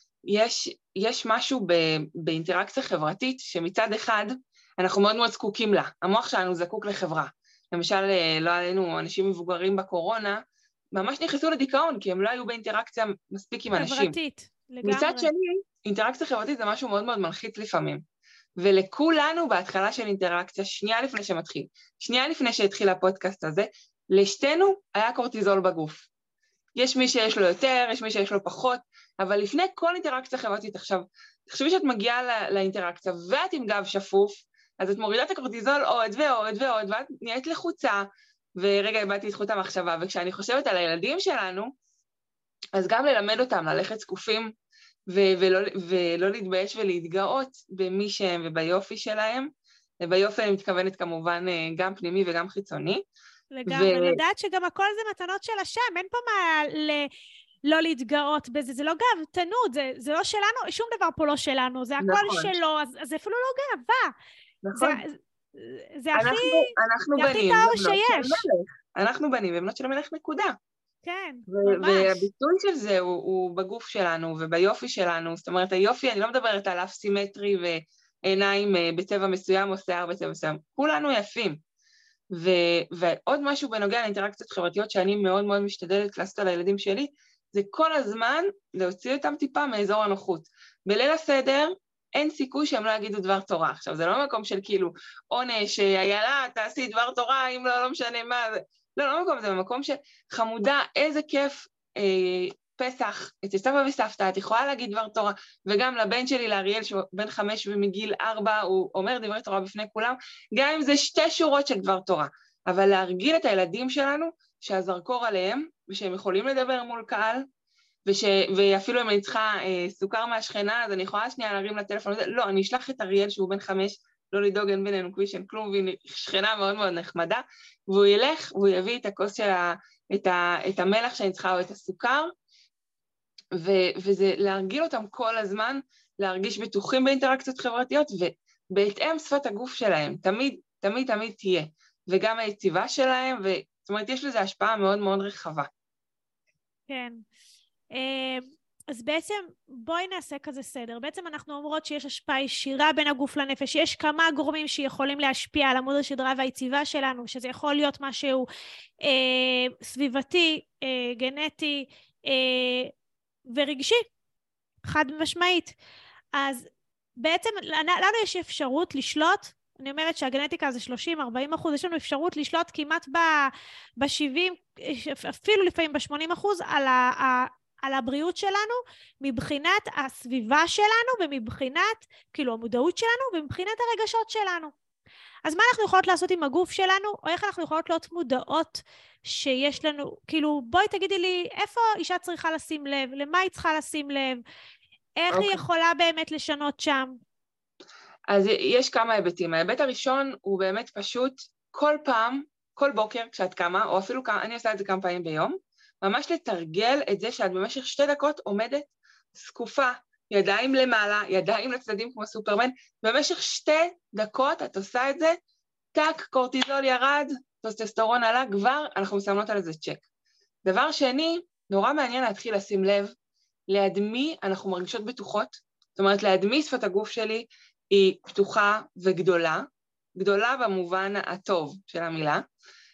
שיש יש משהו ב, באינטראקציה חברתית, שמצד אחד אנחנו מאוד מאוד זקוקים לה. המוח שלנו זקוק לחברה. למשל, לא עלינו אנשים מבוגרים בקורונה, ממש נכנסו לדיכאון, כי הם לא היו באינטראקציה מספיק עם אנשים. חברתית, לגמרי. מצד שני, אינטראקציה חברתית זה משהו מאוד מאוד מלחיץ לפעמים. ולכולנו בהתחלה של אינטראקציה, שנייה לפני שמתחיל, שנייה לפני שהתחיל הפודקאסט הזה, לשתינו היה קורטיזול בגוף. יש מי שיש לו יותר, יש מי שיש לו פחות, אבל לפני כל אינטראקציה חברתית עכשיו, תחשבי שאת מגיעה לא, לאינטראקציה ואת עם גב שפוף, אז את מורידה את הקורטיזול עוד ועוד ועוד, ואת נהיית לחוצה, ורגע איבדתי את חוט המחשבה, וכשאני חושבת על הילדים שלנו, אז גם ללמד אותם ללכת זקופים, ו- ולא, ולא להתבייש ולהתגאות במי שהם וביופי שלהם. וביופי אני מתכוונת כמובן גם פנימי וגם חיצוני. לגמרי, ו... לדעת שגם הכל זה מתנות של השם, אין פה מה ל... לא להתגאות בזה, זה לא גאוותנות, זה, זה לא שלנו, שום דבר פה לא שלנו, זה הכל נכון. שלו, אז, אז זה אפילו לא גאווה. נכון. זה, זה אנחנו, הכי, אנחנו זה הכי בנים טהור ובנות של שיש. המלך. אנחנו בנים ובנות של המלך נקודה. כן, ו- ממש. והביטוי של זה הוא, הוא בגוף שלנו וביופי שלנו, זאת אומרת היופי, אני לא מדברת על אף סימטרי ועיניים בצבע מסוים או שיער בצבע מסוים, כולנו יפים. ו- ועוד משהו בנוגע לאינטראקציות חברתיות שאני מאוד מאוד משתדלת לעשות על הילדים שלי, זה כל הזמן להוציא אותם טיפה מאזור הנוחות. בליל הסדר אין סיכוי שהם לא יגידו דבר תורה. עכשיו, זה לא מקום של כאילו עונש, איילה, תעשי דבר תורה, אם לא, לא משנה מה זה. לא, לא מקום, זה במקום שחמודה, איזה כיף, אה, פסח, אצל סבא וסבתא, את יכולה להגיד דבר תורה, וגם לבן שלי, לאריאל, שהוא בן חמש ומגיל ארבע, הוא אומר דברי תורה בפני כולם, גם אם זה שתי שורות של דבר תורה, אבל להרגיל את הילדים שלנו, שהזרקור עליהם, ושהם יכולים לדבר מול קהל, וש... ואפילו אם אני צריכה אה, סוכר מהשכנה, אז אני יכולה שנייה להרים לטלפון, לא, אני אשלח את אריאל שהוא בן חמש, לא לדאוג אין בינינו כביש, אין כלום, והיא שכנה מאוד מאוד נחמדה, והוא ילך והוא יביא את הכוס של ה... את, ה... את המלח שאני צריכה או את הסוכר, ו... וזה להרגיל אותם כל הזמן, להרגיש בטוחים באינטראקציות חברתיות, ובהתאם שפת הגוף שלהם, תמיד, תמיד, תמיד תהיה, וגם היציבה שלהם, וזאת אומרת, יש לזה השפעה מאוד מאוד רחבה. כן. אז בעצם בואי נעשה כזה סדר. בעצם אנחנו אומרות שיש השפעה ישירה בין הגוף לנפש, יש כמה גורמים שיכולים להשפיע על עמוד השדרה והיציבה שלנו, שזה יכול להיות משהו אה, סביבתי, אה, גנטי אה, ורגשי, חד משמעית. אז בעצם לנו יש אפשרות לשלוט, אני אומרת שהגנטיקה זה שלושים ארבעים אחוז, יש לנו אפשרות לשלוט כמעט ב-שבעים, אפילו לפעמים ב-שמונים אחוז על ה... על הבריאות שלנו, מבחינת הסביבה שלנו, ומבחינת, כאילו, המודעות שלנו, ומבחינת הרגשות שלנו. אז מה אנחנו יכולות לעשות עם הגוף שלנו, או איך אנחנו יכולות להיות מודעות שיש לנו, כאילו, בואי תגידי לי, איפה אישה צריכה לשים לב, למה היא צריכה לשים לב, איך okay. היא יכולה באמת לשנות שם? אז יש כמה היבטים. ההיבט הראשון הוא באמת פשוט, כל פעם, כל בוקר כשאת קמה, או אפילו כמה, אני עושה את זה כמה פעמים ביום, ממש לתרגל את זה שאת במשך שתי דקות עומדת סקופה, ידיים למעלה, ידיים לצדדים כמו סופרמן, במשך שתי דקות את עושה את זה, טק, קורטיזול ירד, טסטוסטרון עלה, כבר אנחנו מסמנות על איזה צ'ק. דבר שני, נורא מעניין להתחיל לשים לב, ליד מי אנחנו מרגישות בטוחות, זאת אומרת, ליד מי שפת הגוף שלי היא פתוחה וגדולה, גדולה במובן הטוב של המילה,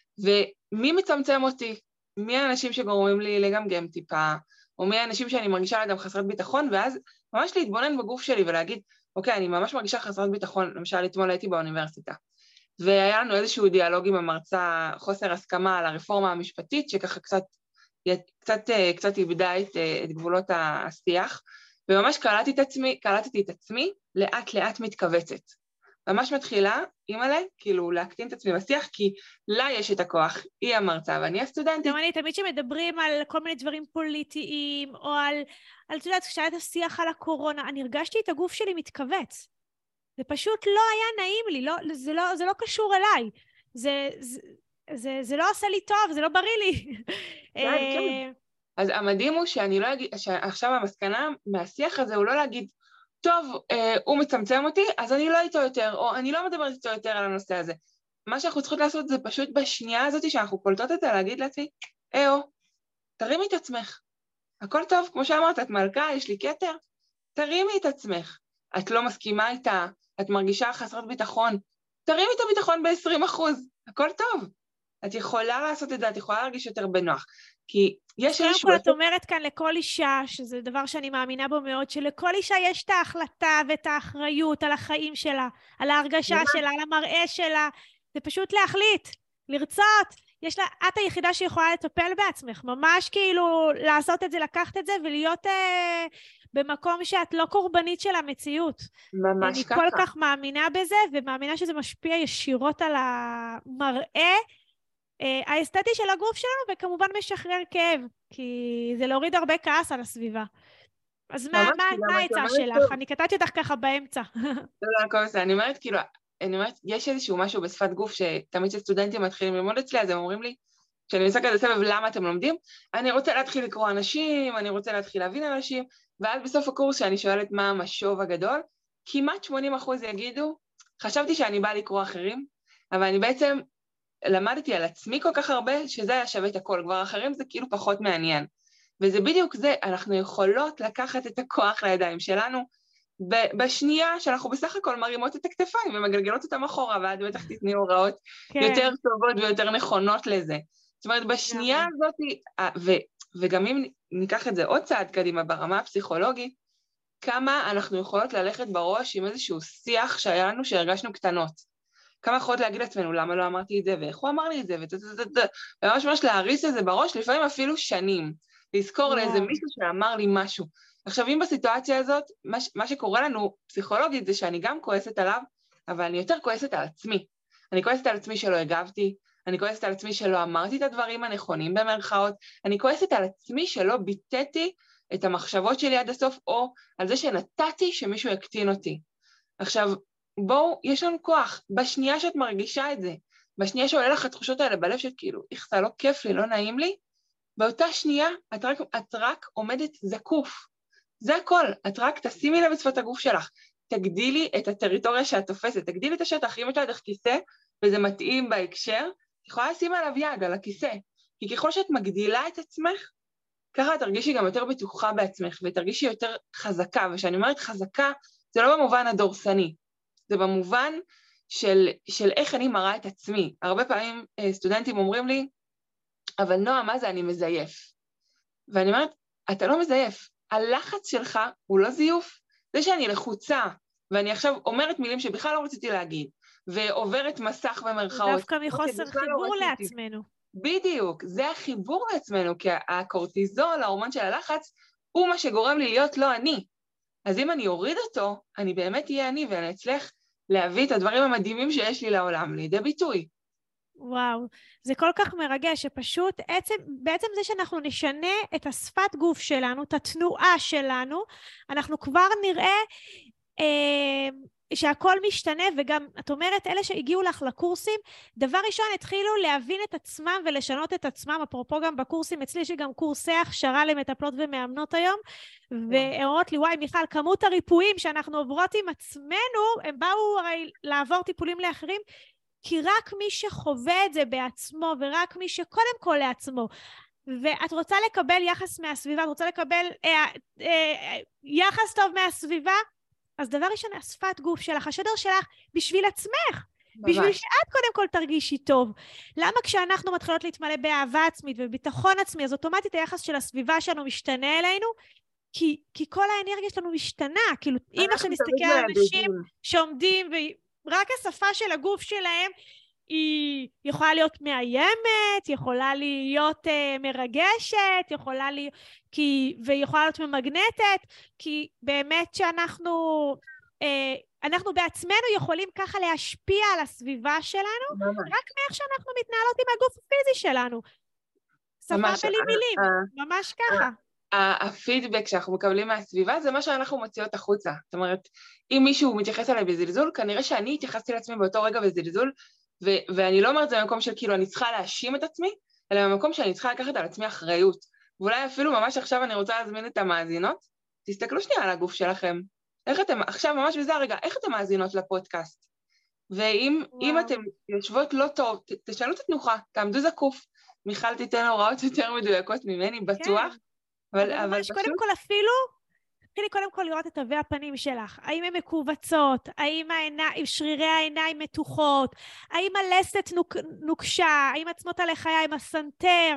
ומי מצמצם אותי, מי האנשים שגורמים לי לגמגם טיפה, או מי האנשים שאני מרגישה לידם חסרת ביטחון, ואז ממש להתבונן בגוף שלי ולהגיד, אוקיי, אני ממש מרגישה חסרת ביטחון, למשל, אתמול הייתי באוניברסיטה, והיה לנו איזשהו דיאלוג עם המרצה, חוסר הסכמה על הרפורמה המשפטית, שככה קצת, קצת, קצת איבדה את, את גבולות השיח, וממש קלטתי את עצמי, קלטתי את עצמי, לאט לאט מתכווצת. ממש מתחילה, אימא'לה, כאילו להקטין את עצמי בשיח, כי לה יש את הכוח, היא המרצה, ואני הסטודנטית. גם אני, תמיד שמדברים על כל מיני דברים פוליטיים, או על, על, אתה יודעת, כשהיה את השיח על הקורונה, אני הרגשתי את הגוף שלי מתכווץ. זה פשוט לא היה נעים לי, לא, זה, לא, זה לא קשור אליי. זה, זה, זה, זה לא עושה לי טוב, זה לא בריא לי. כן, כן. אז המדהים הוא שאני לא אגיד, שעכשיו המסקנה מהשיח הזה הוא לא להגיד, טוב, אה, הוא מצמצם אותי, אז אני לא איתו יותר, או אני לא מדברת איתו יותר על הנושא הזה. מה שאנחנו צריכות לעשות זה פשוט בשנייה הזאת שאנחנו קולטות את זה, להגיד לעצמי, אהו, תרימי את עצמך. הכל טוב, כמו שאמרת, את מלכה, יש לי כתר, תרימי את עצמך. את לא מסכימה איתה, את מרגישה חסרת ביטחון, תרימי את הביטחון ב-עשרים אחוז, הכל טוב. את יכולה לעשות את זה, את יכולה להרגיש יותר בנוח. כי יש קודם איזשהו... כל את אומרת כאן לכל אישה, שזה דבר שאני מאמינה בו מאוד, שלכל אישה יש את ההחלטה ואת האחריות על החיים שלה, על ההרגשה שלה, על המראה שלה, זה פשוט להחליט, לרצות. יש לה, את היחידה שיכולה לטפל בעצמך, ממש כאילו לעשות את זה, לקחת את זה, ולהיות אה, במקום שאת לא קורבנית של המציאות. ממש אני ככה. כל כך מאמינה בזה, ומאמינה שזה משפיע ישירות על המראה, האסתטי של הגוף שלנו, וכמובן משחרר כאב, כי זה להוריד הרבה כעס על הסביבה. אז מה, מה, מה העצה שלך? אני קטעתי אותך ככה באמצע. לא, לא, הכל בסדר. אני אומרת, כאילו, אני אומרת, יש איזשהו משהו בשפת גוף, שתמיד שסטודנטים מתחילים ללמוד אצלי, אז הם אומרים לי, כשאני עושה כזה סבב, למה אתם לומדים? אני רוצה להתחיל לקרוא אנשים, אני רוצה להתחיל להבין אנשים, ואז בסוף הקורס שאני שואלת מה המשוב הגדול, כמעט שמונים אחוז יגידו, חשבתי שאני באה לקרוא אחרים, אבל אני בעצם למדתי על עצמי כל כך הרבה, שזה היה שווה את הכל, כבר אחרים זה כאילו פחות מעניין. וזה בדיוק זה, אנחנו יכולות לקחת את הכוח לידיים שלנו, בשנייה שאנחנו בסך הכל מרימות את הכתפיים, ומגלגלות אותם אחורה, ואת בטח תתני הוראות כן. יותר טובות ויותר נכונות לזה. זאת אומרת, בשנייה כן. הזאת, ו- וגם אם ניקח את זה עוד צעד קדימה, ברמה הפסיכולוגית, כמה אנחנו יכולות ללכת בראש עם איזשהו שיח שהיה לנו שהרגשנו קטנות. כמה יכולות להגיד לעצמנו, למה לא אמרתי את זה, ואיך הוא אמר לי את זה, וממש ממש להריס את זה בראש, לפעמים אפילו שנים, לזכור לאיזה מישהו שאמר לי משהו. עכשיו, אם בסיטואציה הזאת, מה, מה שקורה לנו פסיכולוגית זה שאני גם כועסת עליו, אבל אני יותר כועסת על עצמי. אני כועסת על עצמי שלא הגבתי, אני כועסת על עצמי שלא אמרתי את הדברים הנכונים במרכאות, אני כועסת על עצמי שלא ביטאתי את המחשבות שלי עד הסוף, או על זה שנתתי שמישהו יקטין אותי. עכשיו, בואו, יש לנו כוח, בשנייה שאת מרגישה את זה, בשנייה שעולה לך התחושות האלה בלב שאת כאילו, איך זה לא כיף לי, לא נעים לי, באותה שנייה את רק, את רק עומדת זקוף. זה הכל, את רק תשימי לב בשפת הגוף שלך, תגדילי את הטריטוריה שאת תופסת, תגדילי את השטח, אם יש לידך כיסא, וזה מתאים בהקשר, את יכולה לשים עליו יד, על הכיסא, כי ככל שאת מגדילה את עצמך, ככה את תרגישי גם יותר בטוחה בעצמך, ותרגישי יותר חזקה, ושאני אומרת חזקה, זה לא במובן הדורסני, זה במובן של, של איך אני מראה את עצמי. הרבה פעמים סטודנטים אומרים לי, אבל נועה, מה זה אני מזייף? ואני אומרת, אתה לא מזייף, הלחץ שלך הוא לא זיוף, זה שאני לחוצה, ואני עכשיו אומרת מילים שבכלל לא רציתי להגיד, ועוברת מסך במרכאות. דווקא מחוסר חיבור לא לעצמנו. בדיוק, זה החיבור לעצמנו, כי הקורטיזול, ההורמון של הלחץ, הוא מה שגורם לי להיות לא אני. אז אם אני אוריד אותו, אני באמת אהיה אני, ואני אצליח להביא את הדברים המדהימים שיש לי לעולם, לידי ביטוי. וואו, זה כל כך מרגש, שפשוט עצם, בעצם זה שאנחנו נשנה את השפת גוף שלנו, את התנועה שלנו, אנחנו כבר נראה אה, שהכל משתנה, וגם, את אומרת, אלה שהגיעו לך לקורסים, דבר ראשון, התחילו להבין את עצמם ולשנות את עצמם, אפרופו גם בקורסים, אצלי יש גם קורסי הכשרה למטפלות ומאמנות היום, ואומרות לי, וואי, מיכל, כמות הריפויים שאנחנו עוברות עם עצמנו, הם באו הרי לעבור טיפולים לאחרים, כי רק מי שחווה את זה בעצמו, ורק מי שקודם כל לעצמו, ואת רוצה לקבל יחס מהסביבה, את רוצה לקבל אה, אה, יחס טוב מהסביבה, אז דבר ראשון, השפת גוף שלך, השדר שלך בשביל עצמך, ממש. בשביל שאת קודם כל תרגישי טוב. למה כשאנחנו מתחילות להתמלא באהבה עצמית וביטחון עצמי, אז אוטומטית היחס של הסביבה שלנו משתנה אלינו, כי, כי כל האנרגיה שלנו משתנה. כאילו, אם עכשיו נסתכל על אנשים שעומדים, ורק השפה של הגוף שלהם, היא יכולה להיות מאיימת, יכולה להיות uh, מרגשת, יכולה להיות, כי, ויכולה להיות ממגנטת, כי באמת שאנחנו, uh, אנחנו בעצמנו יכולים ככה להשפיע על הסביבה שלנו, ממש. רק מאיך שאנחנו מתנהלות עם הגוף הפיזי שלנו. שפה בלי מילים, uh, ממש ככה. הפידבק שאנחנו מקבלים מהסביבה זה מה שאנחנו מוציאות החוצה. זאת אומרת, אם מישהו מתייחס אליי בזלזול, כנראה שאני התייחסתי לעצמי באותו רגע בזלזול, ו- ואני לא אומרת את זה במקום של כאילו אני צריכה להאשים את עצמי, אלא במקום שאני צריכה לקחת על עצמי אחריות. ואולי אפילו ממש עכשיו אני רוצה להזמין את המאזינות, תסתכלו שנייה על הגוף שלכם. איך אתם, עכשיו ממש בזה הרגע, איך אתם מאזינות לפודקאסט? ואם אם אתם יושבות לא טוב, ת, תשאלו את התנוחה, תעמדו זקוף, מיכל תיתן הוראות יותר מדויקות ממני, בטוח. כן. אבל, אבל, אבל פשוט... קודם כל אפילו, תתחילי קודם כל לראות את תווי הפנים שלך, האם הן מקובצות, האם העיני, שרירי העיניים מתוחות, האם הלסת נוק, נוקשה, האם עצמות הלחיים, הסנטר,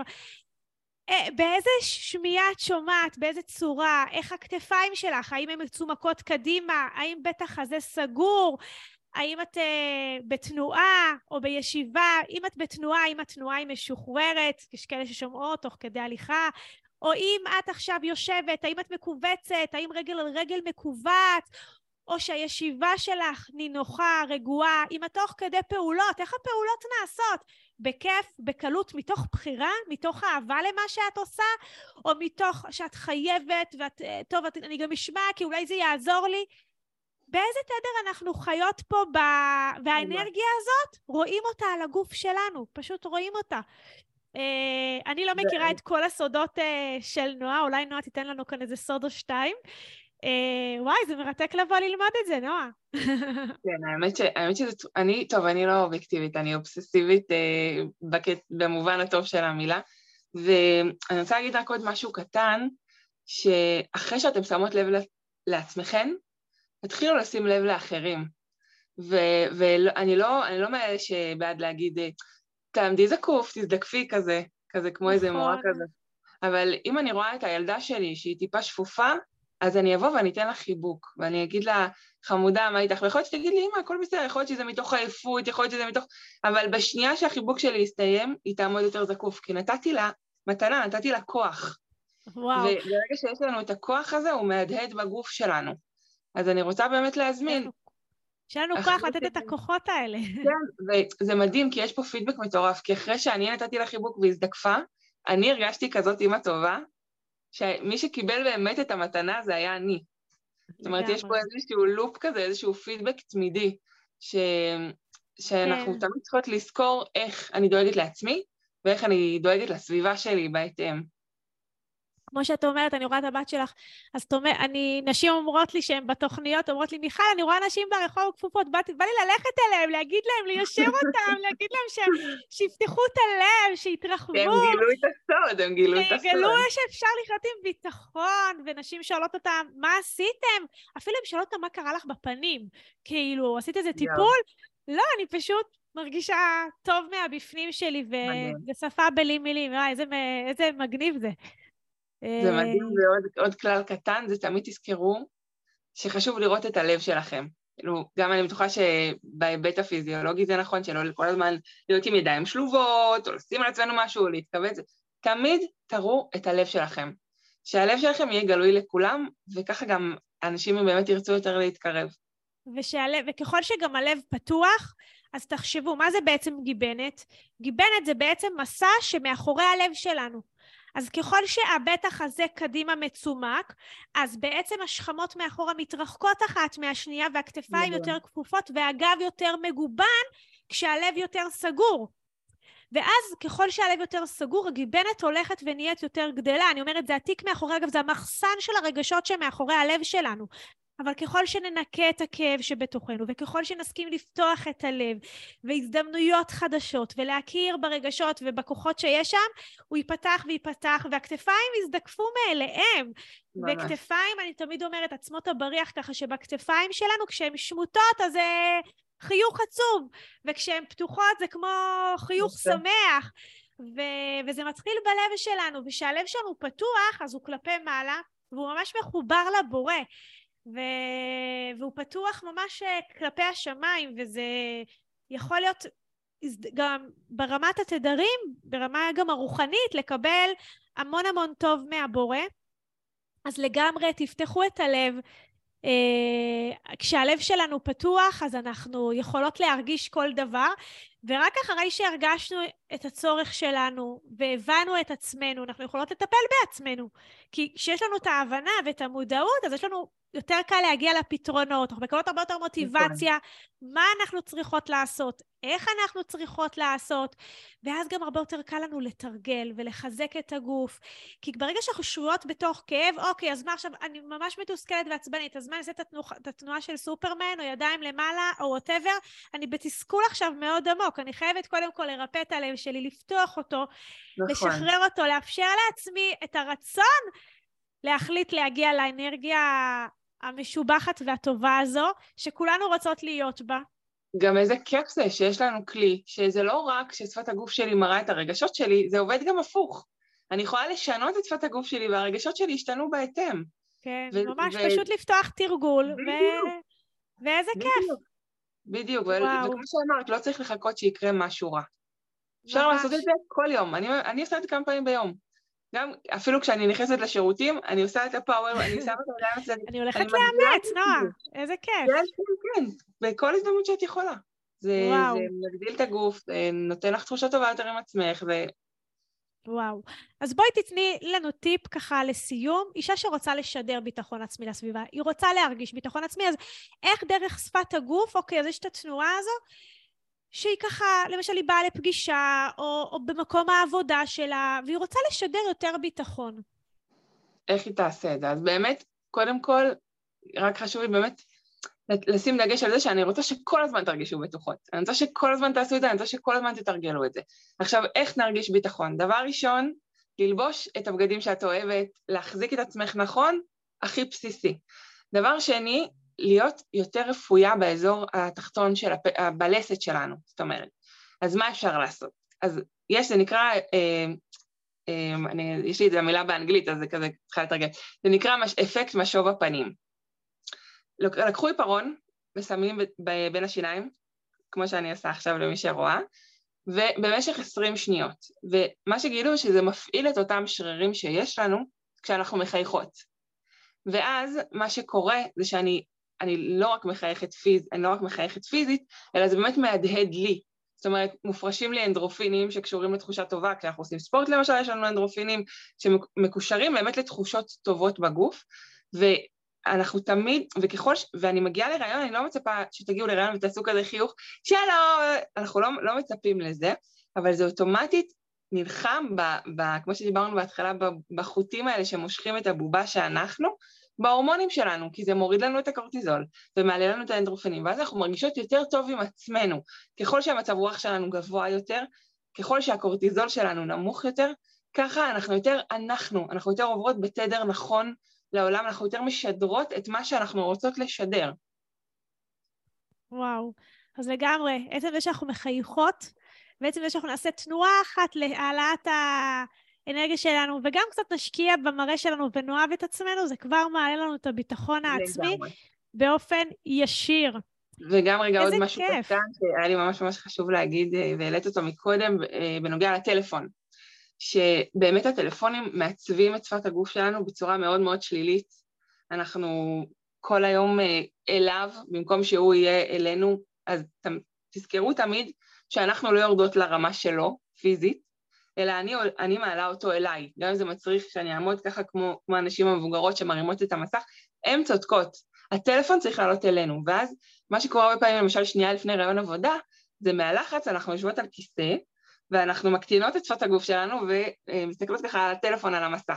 באיזה שמיעה את שומעת, באיזה צורה, איך הכתפיים שלך, האם הן מצומקות קדימה, האם בטח הזה סגור, האם את uh, בתנועה או בישיבה, אם את בתנועה, האם התנועה היא משוחררת, יש כאלה ששומעות תוך כדי הליכה, או אם את עכשיו יושבת, האם את מקובצת, האם רגל על רגל מקובעת, או שהישיבה שלך נינוחה, רגועה, אם את תוך כדי פעולות, איך הפעולות נעשות? בכיף, בקלות, מתוך בחירה, מתוך אהבה למה שאת עושה, או מתוך שאת חייבת, ואת, טוב, את, אני גם אשמע, כי אולי זה יעזור לי. באיזה תדר אנחנו חיות פה, ב... והאנרגיה הזאת, רואים אותה על הגוף שלנו, פשוט רואים אותה. Uh, אני לא מכירה את כל הסודות uh, של נועה, אולי נועה תיתן לנו כאן איזה סוד או שתיים. Uh, וואי, זה מרתק לבוא ללמוד את זה, נועה. כן, האמת, ש, האמת שזה, אני, טוב, אני לא אובייקטיבית, אני אובססיבית uh, בקט, במובן הטוב של המילה, ואני רוצה להגיד רק עוד משהו קטן, שאחרי שאתם שמות לב לעצמכם, תתחילו לשים לב לאחרים, ואני לא, אני לא מאלה שבעד להגיד, תעמדי זקוף, תזדקפי כזה, כזה כמו איזה מורה כזה. אבל אם אני רואה את הילדה שלי שהיא טיפה שפופה, אז אני אבוא ואני אתן לה חיבוק, ואני אגיד לה, חמודה, מה איתך? ויכול להיות שתגיד לי, אמא, הכל בסדר, יכול להיות שזה מתוך העייפות, יכול להיות שזה מתוך... אבל בשנייה שהחיבוק שלי יסתיים, היא תעמוד יותר זקוף, כי נתתי לה מתנה, נתתי לה כוח. וואו. וברגע שיש לנו את הכוח הזה, הוא מהדהד בגוף שלנו. אז אני רוצה באמת להזמין. שלנו כוח לתת את הכוחות האלה. כן, וזה מדהים, כי יש פה פידבק מטורף, כי אחרי שאני נתתי לה חיבוק והזדקפה, אני הרגשתי כזאת אמא טובה, שמי שקיבל באמת את המתנה זה היה אני. זאת אומרת, יש פה איזשהו לופ כזה, איזשהו פידבק תמידי, ש... שאנחנו תמיד צריכות לזכור איך אני דואגת לעצמי, ואיך אני דואגת לסביבה שלי בהתאם. כמו שאת אומרת, אני רואה את הבת שלך, אז את אומרת, אני, נשים אומרות לי שהן בתוכניות, אומרות לי, מיכל, אני רואה נשים ברחוב כפופות, בא, בא לי ללכת אליהם, להגיד להם, ליישר אותם, להגיד להם ש, שיפתחו את הלב, שיתרחבו. הם גילו את הסוד, הם גילו את הסוד. גילו שאפשר לחיות עם ביטחון, ונשים שואלות אותם, מה עשיתם? אפילו הם שואלות אותם מה קרה לך בפנים, כאילו, עשית איזה טיפול? לא, אני פשוט מרגישה טוב מהבפנים שלי, ו- ושפה בלי מילים, איזה, איזה מגניב זה. זה מדהים, ועוד עוד כלל קטן, זה תמיד תזכרו שחשוב לראות את הלב שלכם. גם אני בטוחה שבהיבט הפיזיולוגי זה נכון, שלא כל הזמן להיות עם ידיים שלובות, או לשים על עצמנו משהו, או להתכווץ, תמיד תראו את הלב שלכם. שהלב שלכם יהיה גלוי לכולם, וככה גם אנשים באמת ירצו יותר להתקרב. ושהלב, וככל שגם הלב פתוח, אז תחשבו, מה זה בעצם גיבנת? גיבנת זה בעצם מסע שמאחורי הלב שלנו. אז ככל שהבטח הזה קדימה מצומק, אז בעצם השכמות מאחורה מתרחקות אחת מהשנייה, והכתפיים יותר כפופות, והגב יותר מגובן, כשהלב יותר סגור. ואז ככל שהלב יותר סגור, הגיבנת הולכת ונהיית יותר גדלה. אני אומרת, זה עתיק מאחורי, אגב, זה המחסן של הרגשות שמאחורי הלב שלנו. אבל ככל שננקה את הכאב שבתוכנו, וככל שנסכים לפתוח את הלב, והזדמנויות חדשות, ולהכיר ברגשות ובכוחות שיש שם, הוא ייפתח ויפתח, והכתפיים יזדקפו מאליהם. ממש. וכתפיים, אני תמיד אומרת, עצמות הבריח, ככה שבכתפיים שלנו, כשהן שמוטות, אז זה חיוך עצוב, וכשהן פתוחות זה כמו חיוך שמח, ו- וזה מתחיל בלב שלנו, ושהלב שלנו פתוח, אז הוא כלפי מעלה, והוא ממש מחובר לבורא, ו- והוא פתוח ממש כלפי השמיים, וזה יכול להיות גם ברמת התדרים, ברמה גם הרוחנית, לקבל המון המון טוב מהבורא. אז לגמרי תפתחו את הלב, Uh, כשהלב שלנו פתוח, אז אנחנו יכולות להרגיש כל דבר, ורק אחרי שהרגשנו את הצורך שלנו והבנו את עצמנו, אנחנו יכולות לטפל בעצמנו, כי כשיש לנו את ההבנה ואת המודעות, אז יש לנו יותר קל להגיע לפתרונות, אנחנו מקבלות הרבה יותר מוטיבציה, מה אנחנו צריכות לעשות, איך אנחנו צריכות לעשות, ואז גם הרבה יותר קל לנו לתרגל ולחזק את הגוף, כי ברגע שאנחנו שרויות בתוך כאב, אוקיי, אז מה עכשיו, אני ממש מתוסכלת ועצבנית, אז מה, אני אעשה את התנועה, את התנועה של סופרמן, או ידיים למעלה, או whatever, אני בתסכול עכשיו מאוד עמוק, אני חייבת קודם כל לרפא את הלב שלי, לפתוח אותו, נכון. לשחרר אותו, לאפשר לעצמי את הרצון, להחליט להגיע לאנרגיה המשובחת והטובה הזו, שכולנו רוצות להיות בה. גם איזה כיף זה שיש לנו כלי, שזה לא רק ששפת הגוף שלי מראה את הרגשות שלי, זה עובד גם הפוך. אני יכולה לשנות את שפת הגוף שלי, והרגשות שלי השתנו בהתאם. כן, ו- ממש ו- פשוט לפתוח תרגול, ו- ואיזה בדיוק. כיף. בדיוק, ו- וכמו שאמרת, לא צריך לחכות שיקרה משהו רע. אפשר ממש. לעשות את זה כל יום, אני, אני עושה את זה כמה פעמים ביום. גם אפילו כשאני נכנסת לשירותים, אני עושה את הפאוור, אני שמה את הידיים הצדדים. אני הולכת לאמץ, נועה, איזה כיף. כן, כן, כן, בכל הזדמנות שאת יכולה. זה, זה מגדיל את הגוף, נותן לך תחושה טובה יותר עם עצמך. ו... וואו. אז בואי תתני לנו טיפ ככה לסיום. אישה שרוצה לשדר ביטחון עצמי לסביבה, היא רוצה להרגיש ביטחון עצמי, אז איך דרך שפת הגוף, אוקיי, אז יש את התנועה הזו, שהיא ככה, למשל היא באה לפגישה, או, או במקום העבודה שלה, והיא רוצה לשדר יותר ביטחון. איך היא תעשה את זה? אז באמת, קודם כל, רק חשוב לי באמת לשים דגש על זה שאני רוצה שכל הזמן תרגישו בטוחות. אני רוצה שכל הזמן תעשו את זה, אני רוצה שכל הזמן תתרגלו את זה. עכשיו, איך נרגיש ביטחון? דבר ראשון, ללבוש את הבגדים שאת אוהבת, להחזיק את עצמך נכון, הכי בסיסי. דבר שני, להיות יותר רפויה באזור התחתון של הפ... הבלסת שלנו, זאת אומרת. אז מה אפשר לעשות? אז יש, זה נקרא, אה, אה, אני, יש לי את המילה באנגלית, אז זה כזה צריכה לתרגל. זה נקרא מש, אפקט משוב הפנים. לקחו עיפרון ושמים ב, ב, בין השיניים, כמו שאני עושה עכשיו למי שרואה, ובמשך עשרים שניות. ומה שגילו שזה מפעיל את אותם שרירים שיש לנו כשאנחנו מחייכות. ואז מה שקורה זה שאני אני לא רק מחייכת פיז, אני לא רק מחייכת פיזית, אלא זה באמת מהדהד לי. זאת אומרת, מופרשים לי אנדרופינים שקשורים לתחושה טובה, כשאנחנו עושים ספורט למשל, יש לנו אנדרופינים שמקושרים באמת לתחושות טובות בגוף, ואנחנו תמיד, וככל, ש... ואני מגיעה לרעיון, אני לא מצפה שתגיעו לרעיון ותעשו כזה חיוך, שלום, אנחנו לא, לא מצפים לזה, אבל זה אוטומטית נלחם, ב, ב, כמו שדיברנו בהתחלה, בחוטים האלה שמושכים את הבובה שאנחנו, בהורמונים שלנו, כי זה מוריד לנו את הקורטיזול, ומעלה לנו את האנדרופינים, ואז אנחנו מרגישות יותר טוב עם עצמנו. ככל שהמצב רוח שלנו גבוה יותר, ככל שהקורטיזול שלנו נמוך יותר, ככה אנחנו יותר, אנחנו, אנחנו יותר עוברות בתדר נכון לעולם, אנחנו יותר משדרות את מה שאנחנו רוצות לשדר. וואו, אז לגמרי, עצם זה שאנחנו מחייכות, בעצם זה שאנחנו נעשה תנועה אחת להעלאת ה... אנרגיה שלנו, וגם קצת נשקיע במראה שלנו ונאהב את עצמנו, זה כבר מעלה לנו את הביטחון העצמי באופן ישיר. וגם רגע עוד משהו קטן, שהיה לי ממש ממש חשוב להגיד, והעלית אותו מקודם, בנוגע לטלפון, שבאמת הטלפונים מעצבים את שפת הגוף שלנו בצורה מאוד מאוד שלילית. אנחנו כל היום אליו, במקום שהוא יהיה אלינו, אז תזכרו תמיד שאנחנו לא יורדות לרמה שלו, פיזית, אלא אני, אני מעלה אותו אליי, גם אם זה מצריך שאני אעמוד ככה כמו, כמו אנשים המבוגרות שמרימות את המסך, הן צודקות, הטלפון צריך לעלות אלינו, ואז מה שקורה הרבה פעמים, למשל שנייה לפני רעיון עבודה, זה מהלחץ, אנחנו יושבות על כיסא, ואנחנו מקטינות את שפת הגוף שלנו, ומסתכלות ככה על הטלפון על המסך,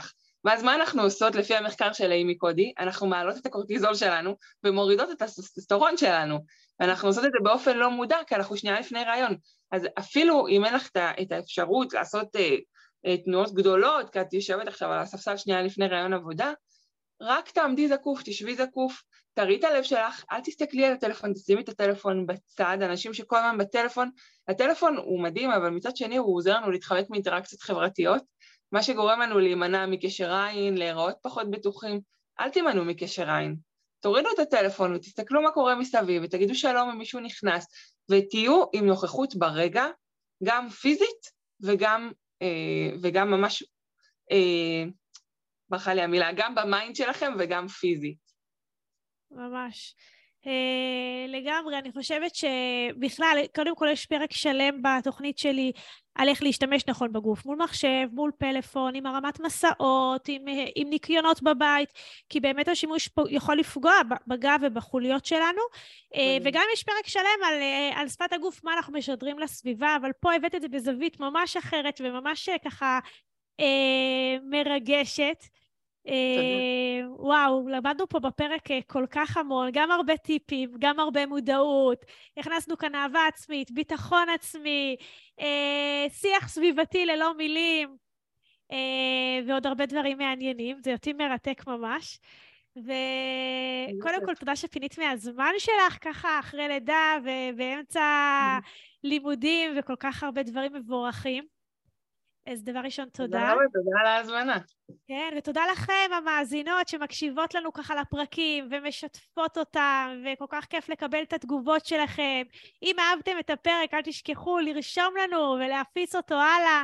ואז מה אנחנו עושות לפי המחקר של אימי קודי? אנחנו מעלות את הקורטיזול שלנו ומורידות את הטסטוסטרון שלנו. ואנחנו עושות את זה באופן לא מודע, כי אנחנו שנייה לפני רעיון. אז אפילו אם אין לך את האפשרות לעשות אה, אה, תנועות גדולות, כי את יושבת עכשיו על הספסל שנייה לפני רעיון עבודה, רק תעמדי זקוף, תשבי זקוף, תראי את הלב שלך, אל תסתכלי על הטלפון, תשימי את הטלפון בצד, אנשים שכל הזמן בטלפון, הטלפון הוא מדהים, אבל מצד שני הוא עוזר לנו להתחמק מאינטראקציות חברתיות, מה שגורם לנו להימנע מקשר עין, להיראות פחות בטוחים, אל תימנעו מקשר עין. תורידו את הטלפון ותסתכלו מה קורה מסביב, ותגידו שלום אם מישהו נכנס, ותהיו עם נוכחות ברגע, גם פיזית וגם, אה, וגם ממש, אה, ברכה לי המילה, גם במיינד שלכם וגם פיזית. ממש. Uh, לגמרי, אני חושבת שבכלל, קודם כל יש פרק שלם בתוכנית שלי על איך להשתמש נכון בגוף, מול מחשב, מול פלאפון, עם הרמת מסעות, עם, עם ניקיונות בבית, כי באמת השימוש פה יכול לפגוע בגב ובחוליות שלנו, uh, וגם יש פרק שלם על, uh, על שפת הגוף, מה אנחנו משדרים לסביבה, אבל פה הבאת את זה בזווית ממש אחרת וממש ככה uh, מרגשת. Uh, וואו, למדנו פה בפרק uh, כל כך המון, גם הרבה טיפים, גם הרבה מודעות, הכנסנו כאן אהבה עצמית, ביטחון עצמי, uh, שיח סביבתי ללא מילים, uh, ועוד הרבה דברים מעניינים, זה אותי מרתק ממש. וקודם כל תודה שפינית מהזמן שלך, ככה אחרי לידה ובאמצע לימודים וכל כך הרבה דברים מבורכים. אז דבר ראשון, תודה. תודה רבה, תודה על ההזמנה. כן, ותודה לכם, המאזינות, שמקשיבות לנו ככה לפרקים, ומשתפות אותם, וכל כך כיף לקבל את התגובות שלכם. אם אהבתם את הפרק, אל תשכחו לרשום לנו ולהפיץ אותו הלאה,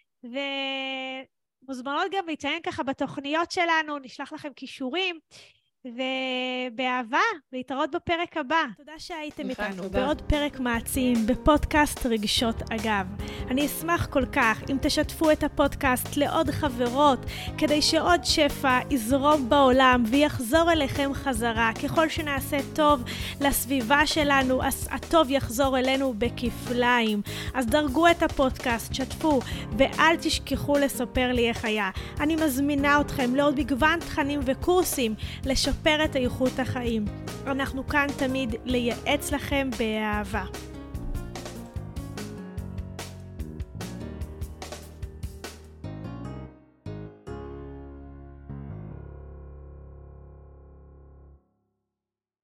ומוזמנות גם להתעניין ככה בתוכניות שלנו, נשלח לכם קישורים, ובאהבה, להתראות בפרק הבא. תודה שהייתם איתנו בעוד פרק מעצים בפודקאסט רגשות אגב. אני אשמח כל כך אם תשתפו את הפודקאסט לעוד חברות, כדי שעוד שפע יזרום בעולם ויחזור אליכם חזרה. ככל שנעשה טוב לסביבה שלנו, אז הטוב יחזור אלינו בכפליים. אז דרגו את הפודקאסט, שתפו, ואל תשכחו לספר לי איך היה. אני מזמינה אתכם לעוד מגוון תכנים וקורסים לשפר את איכות החיים. אנחנו כאן תמיד לייעץ לכם באהבה.